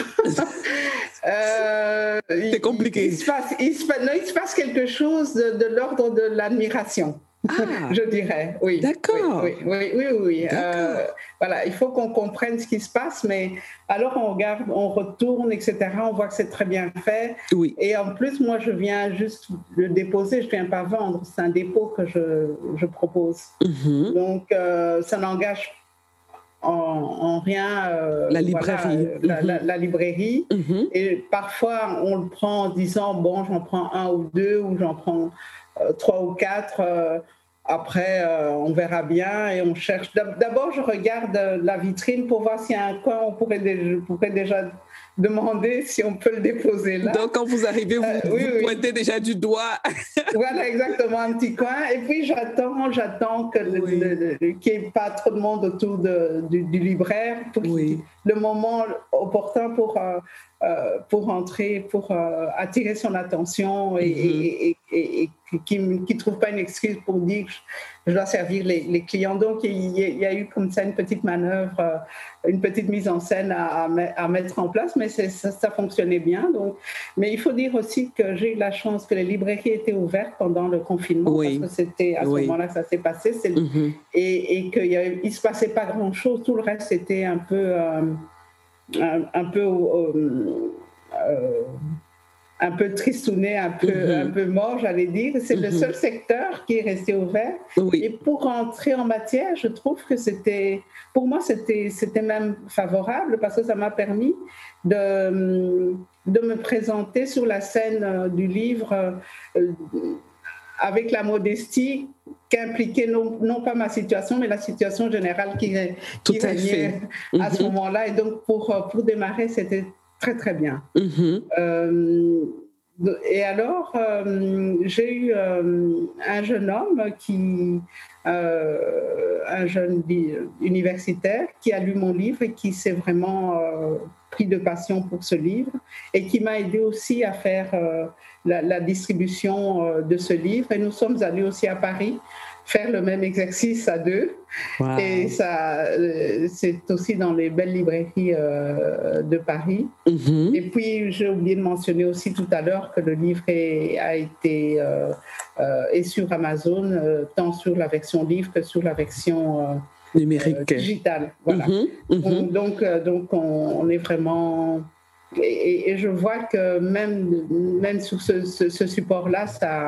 c'est compliqué. Il se passe quelque chose de l'ordre de l'admiration. Je dirais, oui. D'accord. Oui. Voilà, il faut qu'on comprenne ce qui se passe, mais alors on regarde, on retourne, etc. On voit que c'est très bien fait. Oui. Et en plus, moi, je viens juste le déposer, je ne viens pas vendre. C'est un dépôt que je propose. Donc, ça n'engage en rien la librairie. La librairie. Et parfois, on le prend en disant, bon, j'en prends 1 ou 2, ou j'en prends 3 ou 4, après on verra bien et on cherche. D'abord, je regarde la vitrine pour voir s'il y a un coin où je pourrais déjà demander si on peut le déposer là. Donc, quand vous arrivez, vous pointez déjà du doigt. Voilà, exactement, un petit coin. Et puis, j'attends qu'il n'y ait pas trop de monde autour du libraire pour le moment opportun pour entrer, pour attirer son attention et qui ne trouve pas une excuse pour dire que je dois servir les clients. Donc, il y a eu comme ça une petite manœuvre, une petite mise en scène à mettre en place, mais ça fonctionnait bien. Donc, mais il faut dire aussi que j'ai eu la chance que les librairies étaient ouvertes pendant le confinement, parce que c'était à ce moment-là que ça s'est passé, et qu'il ne se passait pas grand-chose. Tout le reste était un peu tristouné, un peu mort, j'allais dire. C'est le seul secteur qui est resté ouvert. Et pour rentrer en matière, je trouve que pour moi, c'était même favorable, parce que ça m'a permis de me présenter sur la scène du livre avec la modestie qu'impliquait non pas ma situation, mais la situation générale qui régnait à ce moment-là. Et donc, pour démarrer, c'était très, très bien. Et alors, j'ai eu un jeune homme un jeune universitaire qui a lu mon livre et qui s'est vraiment pris de passion pour ce livre et qui m'a aidé aussi à faire la distribution de ce livre. Et nous sommes allés aussi à Paris faire le même exercice à deux. Wow. Et ça, c'est aussi dans les belles librairies de Paris. Et puis, j'ai oublié de mentionner aussi tout à l'heure que le livre est sur Amazon, tant sur la version livre que sur la version numérique, digitale. Voilà. Donc, on est vraiment... Et je vois que même sur ce support-là,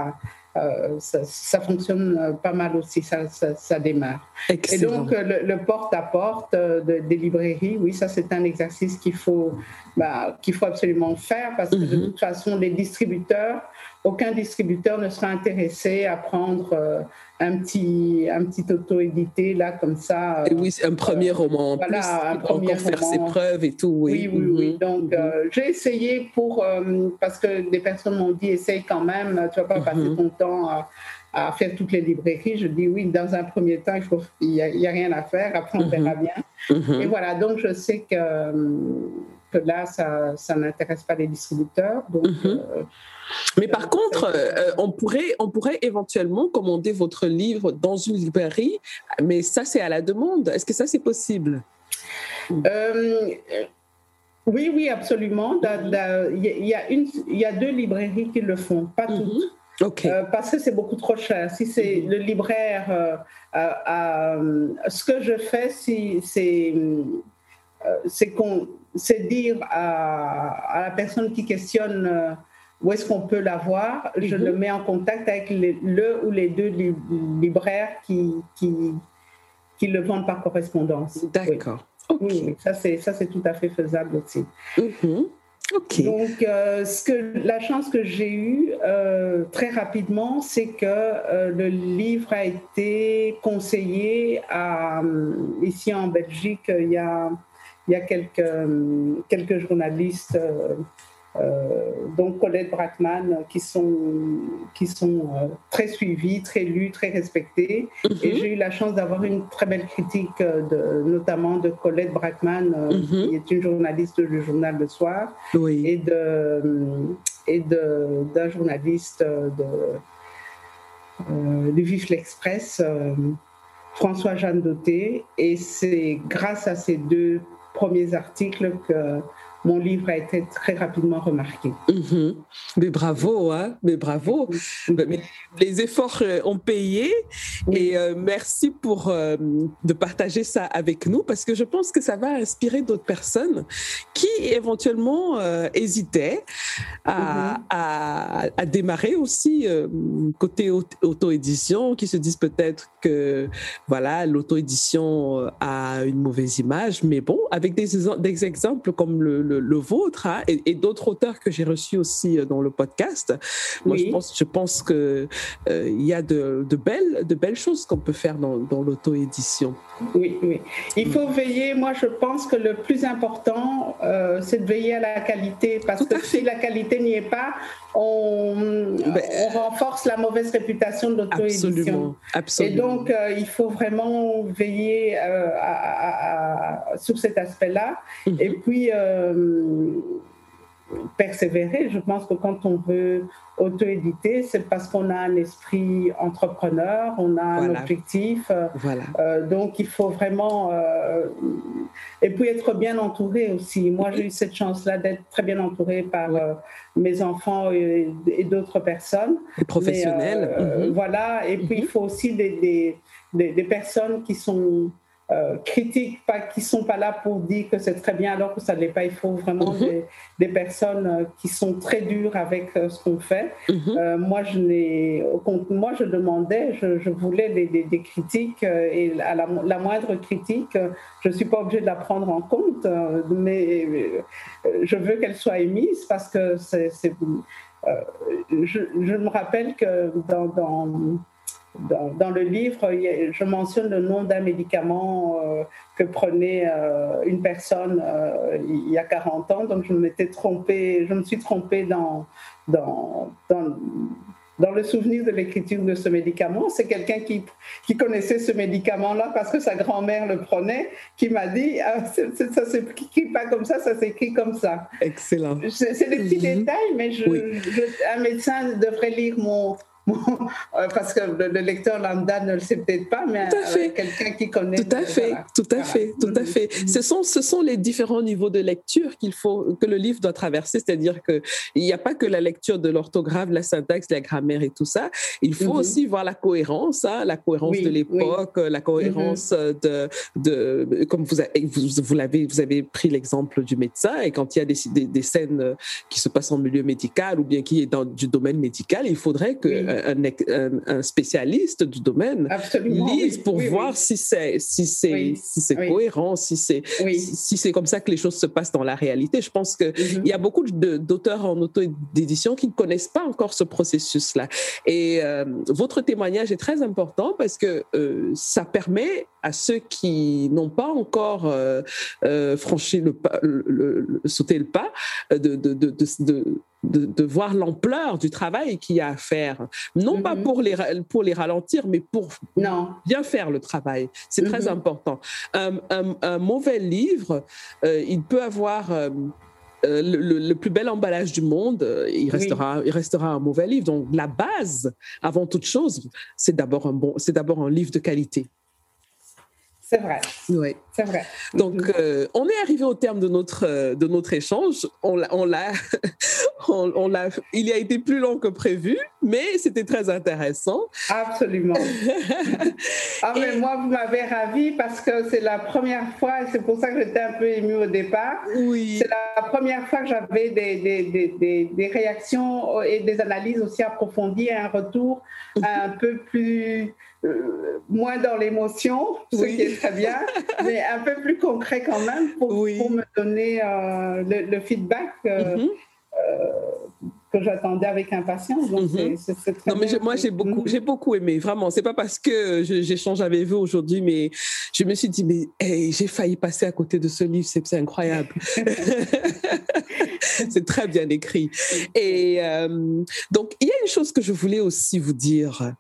ça fonctionne pas mal aussi, ça démarre. Excellent. Et donc, le porte-à-porte des librairies, oui, ça c'est un exercice qu'il faut absolument faire, parce que de toute façon, les distributeurs aucun distributeur ne sera intéressé à prendre un petit auto-édité, là, comme ça. Et oui, c'est un premier roman en voilà, plus, un il peut encore faire ses preuves et tout, oui. Oui. Donc, j'ai essayé parce que des personnes m'ont dit, essaye quand même, tu vas pas passer ton temps à faire toutes les librairies. Je dis oui, dans un premier temps, il y a rien à faire, après on verra bien. Et voilà, donc je sais que là, ça n'intéresse pas les distributeurs. Donc, mais par contre, on pourrait éventuellement commander votre livre dans une librairie, mais ça, c'est à la demande. Est-ce que ça, c'est possible? Oui, absolument. Il y a 2 librairies qui le font, pas toutes. Okay. Parce que c'est beaucoup trop cher. Si c'est le libraire, ce que je fais, c'est dire à la personne qui questionne où est-ce qu'on peut l'avoir, je le mets en contact avec le ou les 2 libraires qui le vendent par correspondance. D'accord. Oui. Okay. Oui, ça c'est tout à fait faisable aussi. Okay. Donc, la chance que j'ai eue très rapidement, c'est que le livre a été conseillé ici en Belgique. Il y a quelques journalistes, donc Colette Brackman, qui sont très suivis, très lus, très respectés. Et j'ai eu la chance d'avoir une très belle critique, notamment de Colette Brackman, qui est une journaliste du journal Le Soir, et d'un journaliste du Vif l'Express, François-Jeanne Dauté. Et c'est grâce à ces 2 premiers articles que mon livre a été très rapidement remarqué. Mais bravo, hein? Mais bravo. Mais les efforts ont payé et merci de partager ça avec nous parce que je pense que ça va inspirer d'autres personnes qui éventuellement hésitaient à démarrer aussi côté auto-édition, qui se disent peut-être que voilà, l'auto-édition a une mauvaise image, mais bon, avec des exemples comme le vôtre, hein, et d'autres auteurs que j'ai reçus aussi dans le podcast. Moi, je pense que il y a de belles choses qu'on peut faire dans l'auto-édition. Oui. Il faut veiller. Moi, je pense que le plus important, c'est de veiller à la qualité, parce que si la qualité n'y est pas, on renforce la mauvaise réputation de l'auto-édition. Absolument. Et donc, il faut vraiment veiller sur cet aspect-là. Et puis, persévérer. Je pense que quand on veut auto-éditer, c'est parce qu'on a un esprit entrepreneur, on a un objectif. Donc, il faut vraiment... et puis, être bien entouré aussi. Moi, j'ai eu cette chance-là d'être très bien entourée par mes enfants et d'autres personnes. Les professionnels. Voilà. Et puis, il faut aussi des personnes qui sont... critiques, qui ne sont pas là pour dire que c'est très bien alors que ça ne l'est pas. Il faut vraiment des personnes qui sont très dures avec ce qu'on fait. Moi, je demandais, je voulais des critiques et à la moindre critique, je ne suis pas obligée de la prendre en compte, mais je veux qu'elle soit émise parce que je me rappelle que dans le livre, je mentionne le nom d'un médicament que prenait une personne il y a 40 ans. Donc, je me suis trompée dans le souvenir de l'écriture de ce médicament. C'est quelqu'un qui connaissait ce médicament-là parce que sa grand-mère le prenait, qui m'a dit ça s'écrit pas comme ça s'écrit comme ça. Excellent. C'est des petits détails, mais un médecin devrait lire parce que le lecteur lambda ne le sait peut-être pas, mais quelqu'un qui connaît. Tout à fait. Ce sont les différents niveaux de lecture que le livre doit traverser, c'est-à-dire qu'il n'y a pas que la lecture de l'orthographe, la syntaxe, la grammaire et tout ça. Il faut aussi voir la cohérence, la cohérence de l'époque, la cohérence comme vous avez pris l'exemple du médecin, et quand il y a des scènes qui se passent en milieu médical ou bien qui est du domaine médical, il faudrait que un spécialiste du domaine, lise pour voir si c'est cohérent, si c'est comme ça que les choses se passent dans la réalité. Je pense qu'il y a beaucoup d'auteurs en auto-édition qui ne connaissent pas encore ce processus-là. Et votre témoignage est très important parce que ça permet à ceux qui n'ont pas encore franchi sauté le pas de voir l'ampleur du travail qu'il y a à faire. Non pas pour les ralentir, mais pour bien faire le travail. C'est très important. Un mauvais livre, il peut avoir le plus bel emballage du monde, il restera un mauvais livre. Donc la base, avant toute chose, c'est d'abord un livre de qualité. C'est vrai. Oui. C'est vrai. Donc, on est arrivé au terme de notre échange. Il a été plus long que prévu, mais c'était très intéressant. Absolument. Mais moi, vous m'avez ravie parce que c'est la première fois, et c'est pour ça que j'étais un peu émue au départ. Oui. C'est la première fois que j'avais des réactions et des analyses aussi approfondies, un retour un peu plus... moins dans l'émotion, ce qui est très bien, mais un peu plus concret quand même pour me donner le feedback que j'attendais avec impatience. Donc c'est très bien. Moi j'ai beaucoup aimé, vraiment. C'est pas parce que j'échange avec vous aujourd'hui, mais je me suis dit j'ai failli passer à côté de ce livre, c'est incroyable. C'est très bien écrit. Et donc il y a une chose que je voulais aussi vous dire.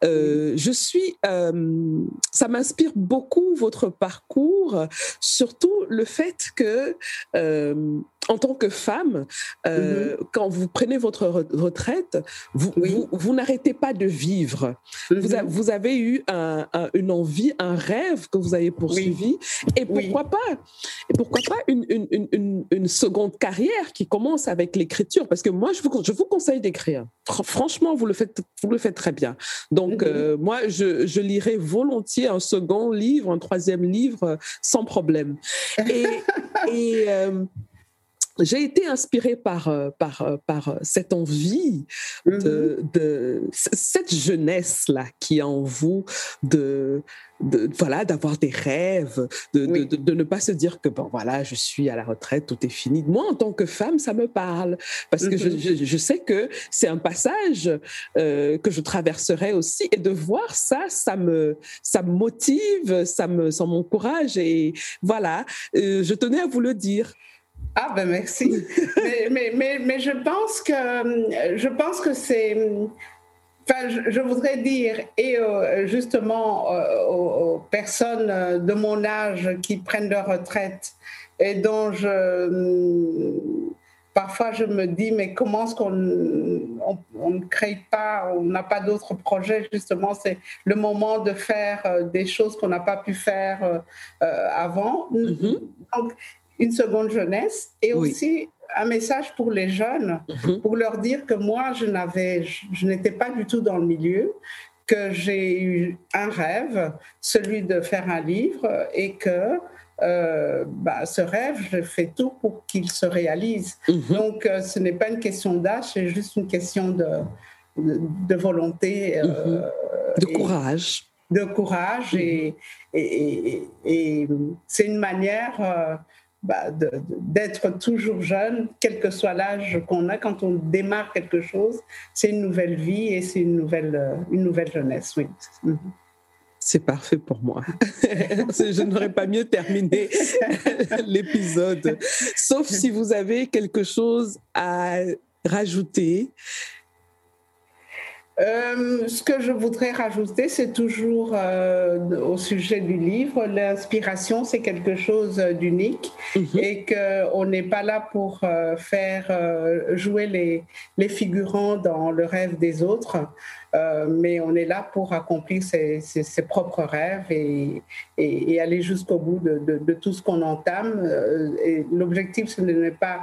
Ça m'inspire beaucoup votre parcours, surtout le fait que en tant que femme, quand vous prenez votre retraite, vous n'arrêtez pas de vivre. Vous avez eu une envie, un rêve que vous avez poursuivi. Et pourquoi pas une seconde carrière qui commence avec l'écriture? Parce que moi, je vous conseille d'écrire. Franchement, vous le faites très bien. Donc, moi, je lirai volontiers un second livre, un troisième livre, sans problème. Et j'ai été inspirée par cette envie de cette jeunesse-là qui est en vous, d'avoir des rêves, de ne pas se dire que je suis à la retraite, tout est fini. Moi, en tant que femme, ça me parle parce que je sais que c'est un passage que je traverserai aussi, et de voir ça me motive, ça m'encourage, et voilà, je tenais à vous le dire. Ah ben merci. mais je pense que c'est... Enfin, je voudrais dire, et justement aux personnes de mon âge qui prennent leur retraite et dont parfois je me dis, mais comment est-ce qu'on ne crée pas, on n'a pas d'autres projets, justement, c'est le moment de faire des choses qu'on n'a pas pu faire avant. Donc, une seconde jeunesse, et aussi un message pour les jeunes, pour leur dire que moi, je n'étais pas du tout dans le milieu, que j'ai eu un rêve, celui de faire un livre, et que ce rêve, je fais tout pour qu'il se réalise. Donc, ce n'est pas une question d'âge, c'est juste une question de volonté. De courage. De courage, et c'est une manière... d'être toujours jeune, quel que soit l'âge qu'on a. Quand on démarre quelque chose, c'est une nouvelle vie et c'est une nouvelle jeunesse, oui. C'est parfait pour moi. Je n'aurais pas mieux terminé l'épisode. Sauf si vous avez quelque chose à rajouter. Ce que je voudrais rajouter, c'est toujours au sujet du livre, l'inspiration, c'est quelque chose d'unique, et qu'on n'est pas là pour faire jouer les figurants dans le rêve des autres, mais on est là pour accomplir ses propres rêves et aller jusqu'au bout de tout ce qu'on entame. Et l'objectif, ce n'est pas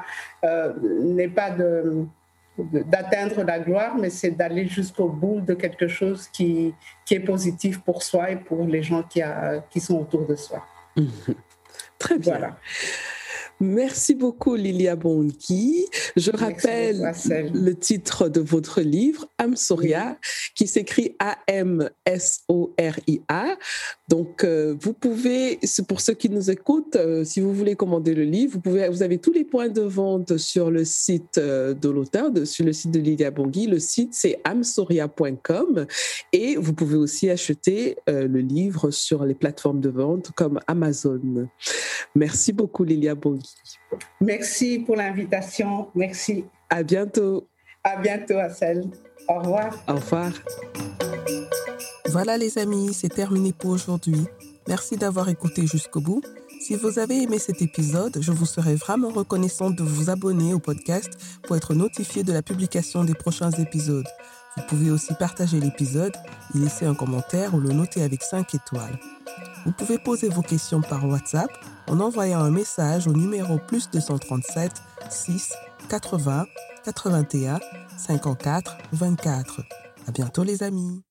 d'atteindre la gloire, mais c'est d'aller jusqu'au bout de quelque chose qui est positif pour soi et pour les gens qui sont autour de soi. Très bien. Voilà. Merci beaucoup, Lilia Bongui. Je rappelle le titre de votre livre, Amsoria, qui s'écrit A-M-S-O-R-I-A. Donc, vous pouvez, pour ceux qui nous écoutent, si vous voulez commander le livre, vous avez tous les points de vente sur le site de l'auteur, sur le site de Lilia Bongui. Le site, c'est amsoria.com. Et vous pouvez aussi acheter le livre sur les plateformes de vente comme Amazon. Merci beaucoup, Lilia Bongui. Merci pour l'invitation. Merci. À bientôt. À bientôt, Assel. Au revoir. Au revoir. Voilà les amis, c'est terminé pour aujourd'hui. Merci d'avoir écouté jusqu'au bout. Si vous avez aimé cet épisode, je vous serais vraiment reconnaissante de vous abonner au podcast pour être notifié de la publication des prochains épisodes. Vous pouvez aussi partager l'épisode, y laisser un commentaire ou le noter avec 5 étoiles. Vous pouvez poser vos questions par WhatsApp en envoyant un message au numéro +237 6 80 81 54 24. À bientôt les amis.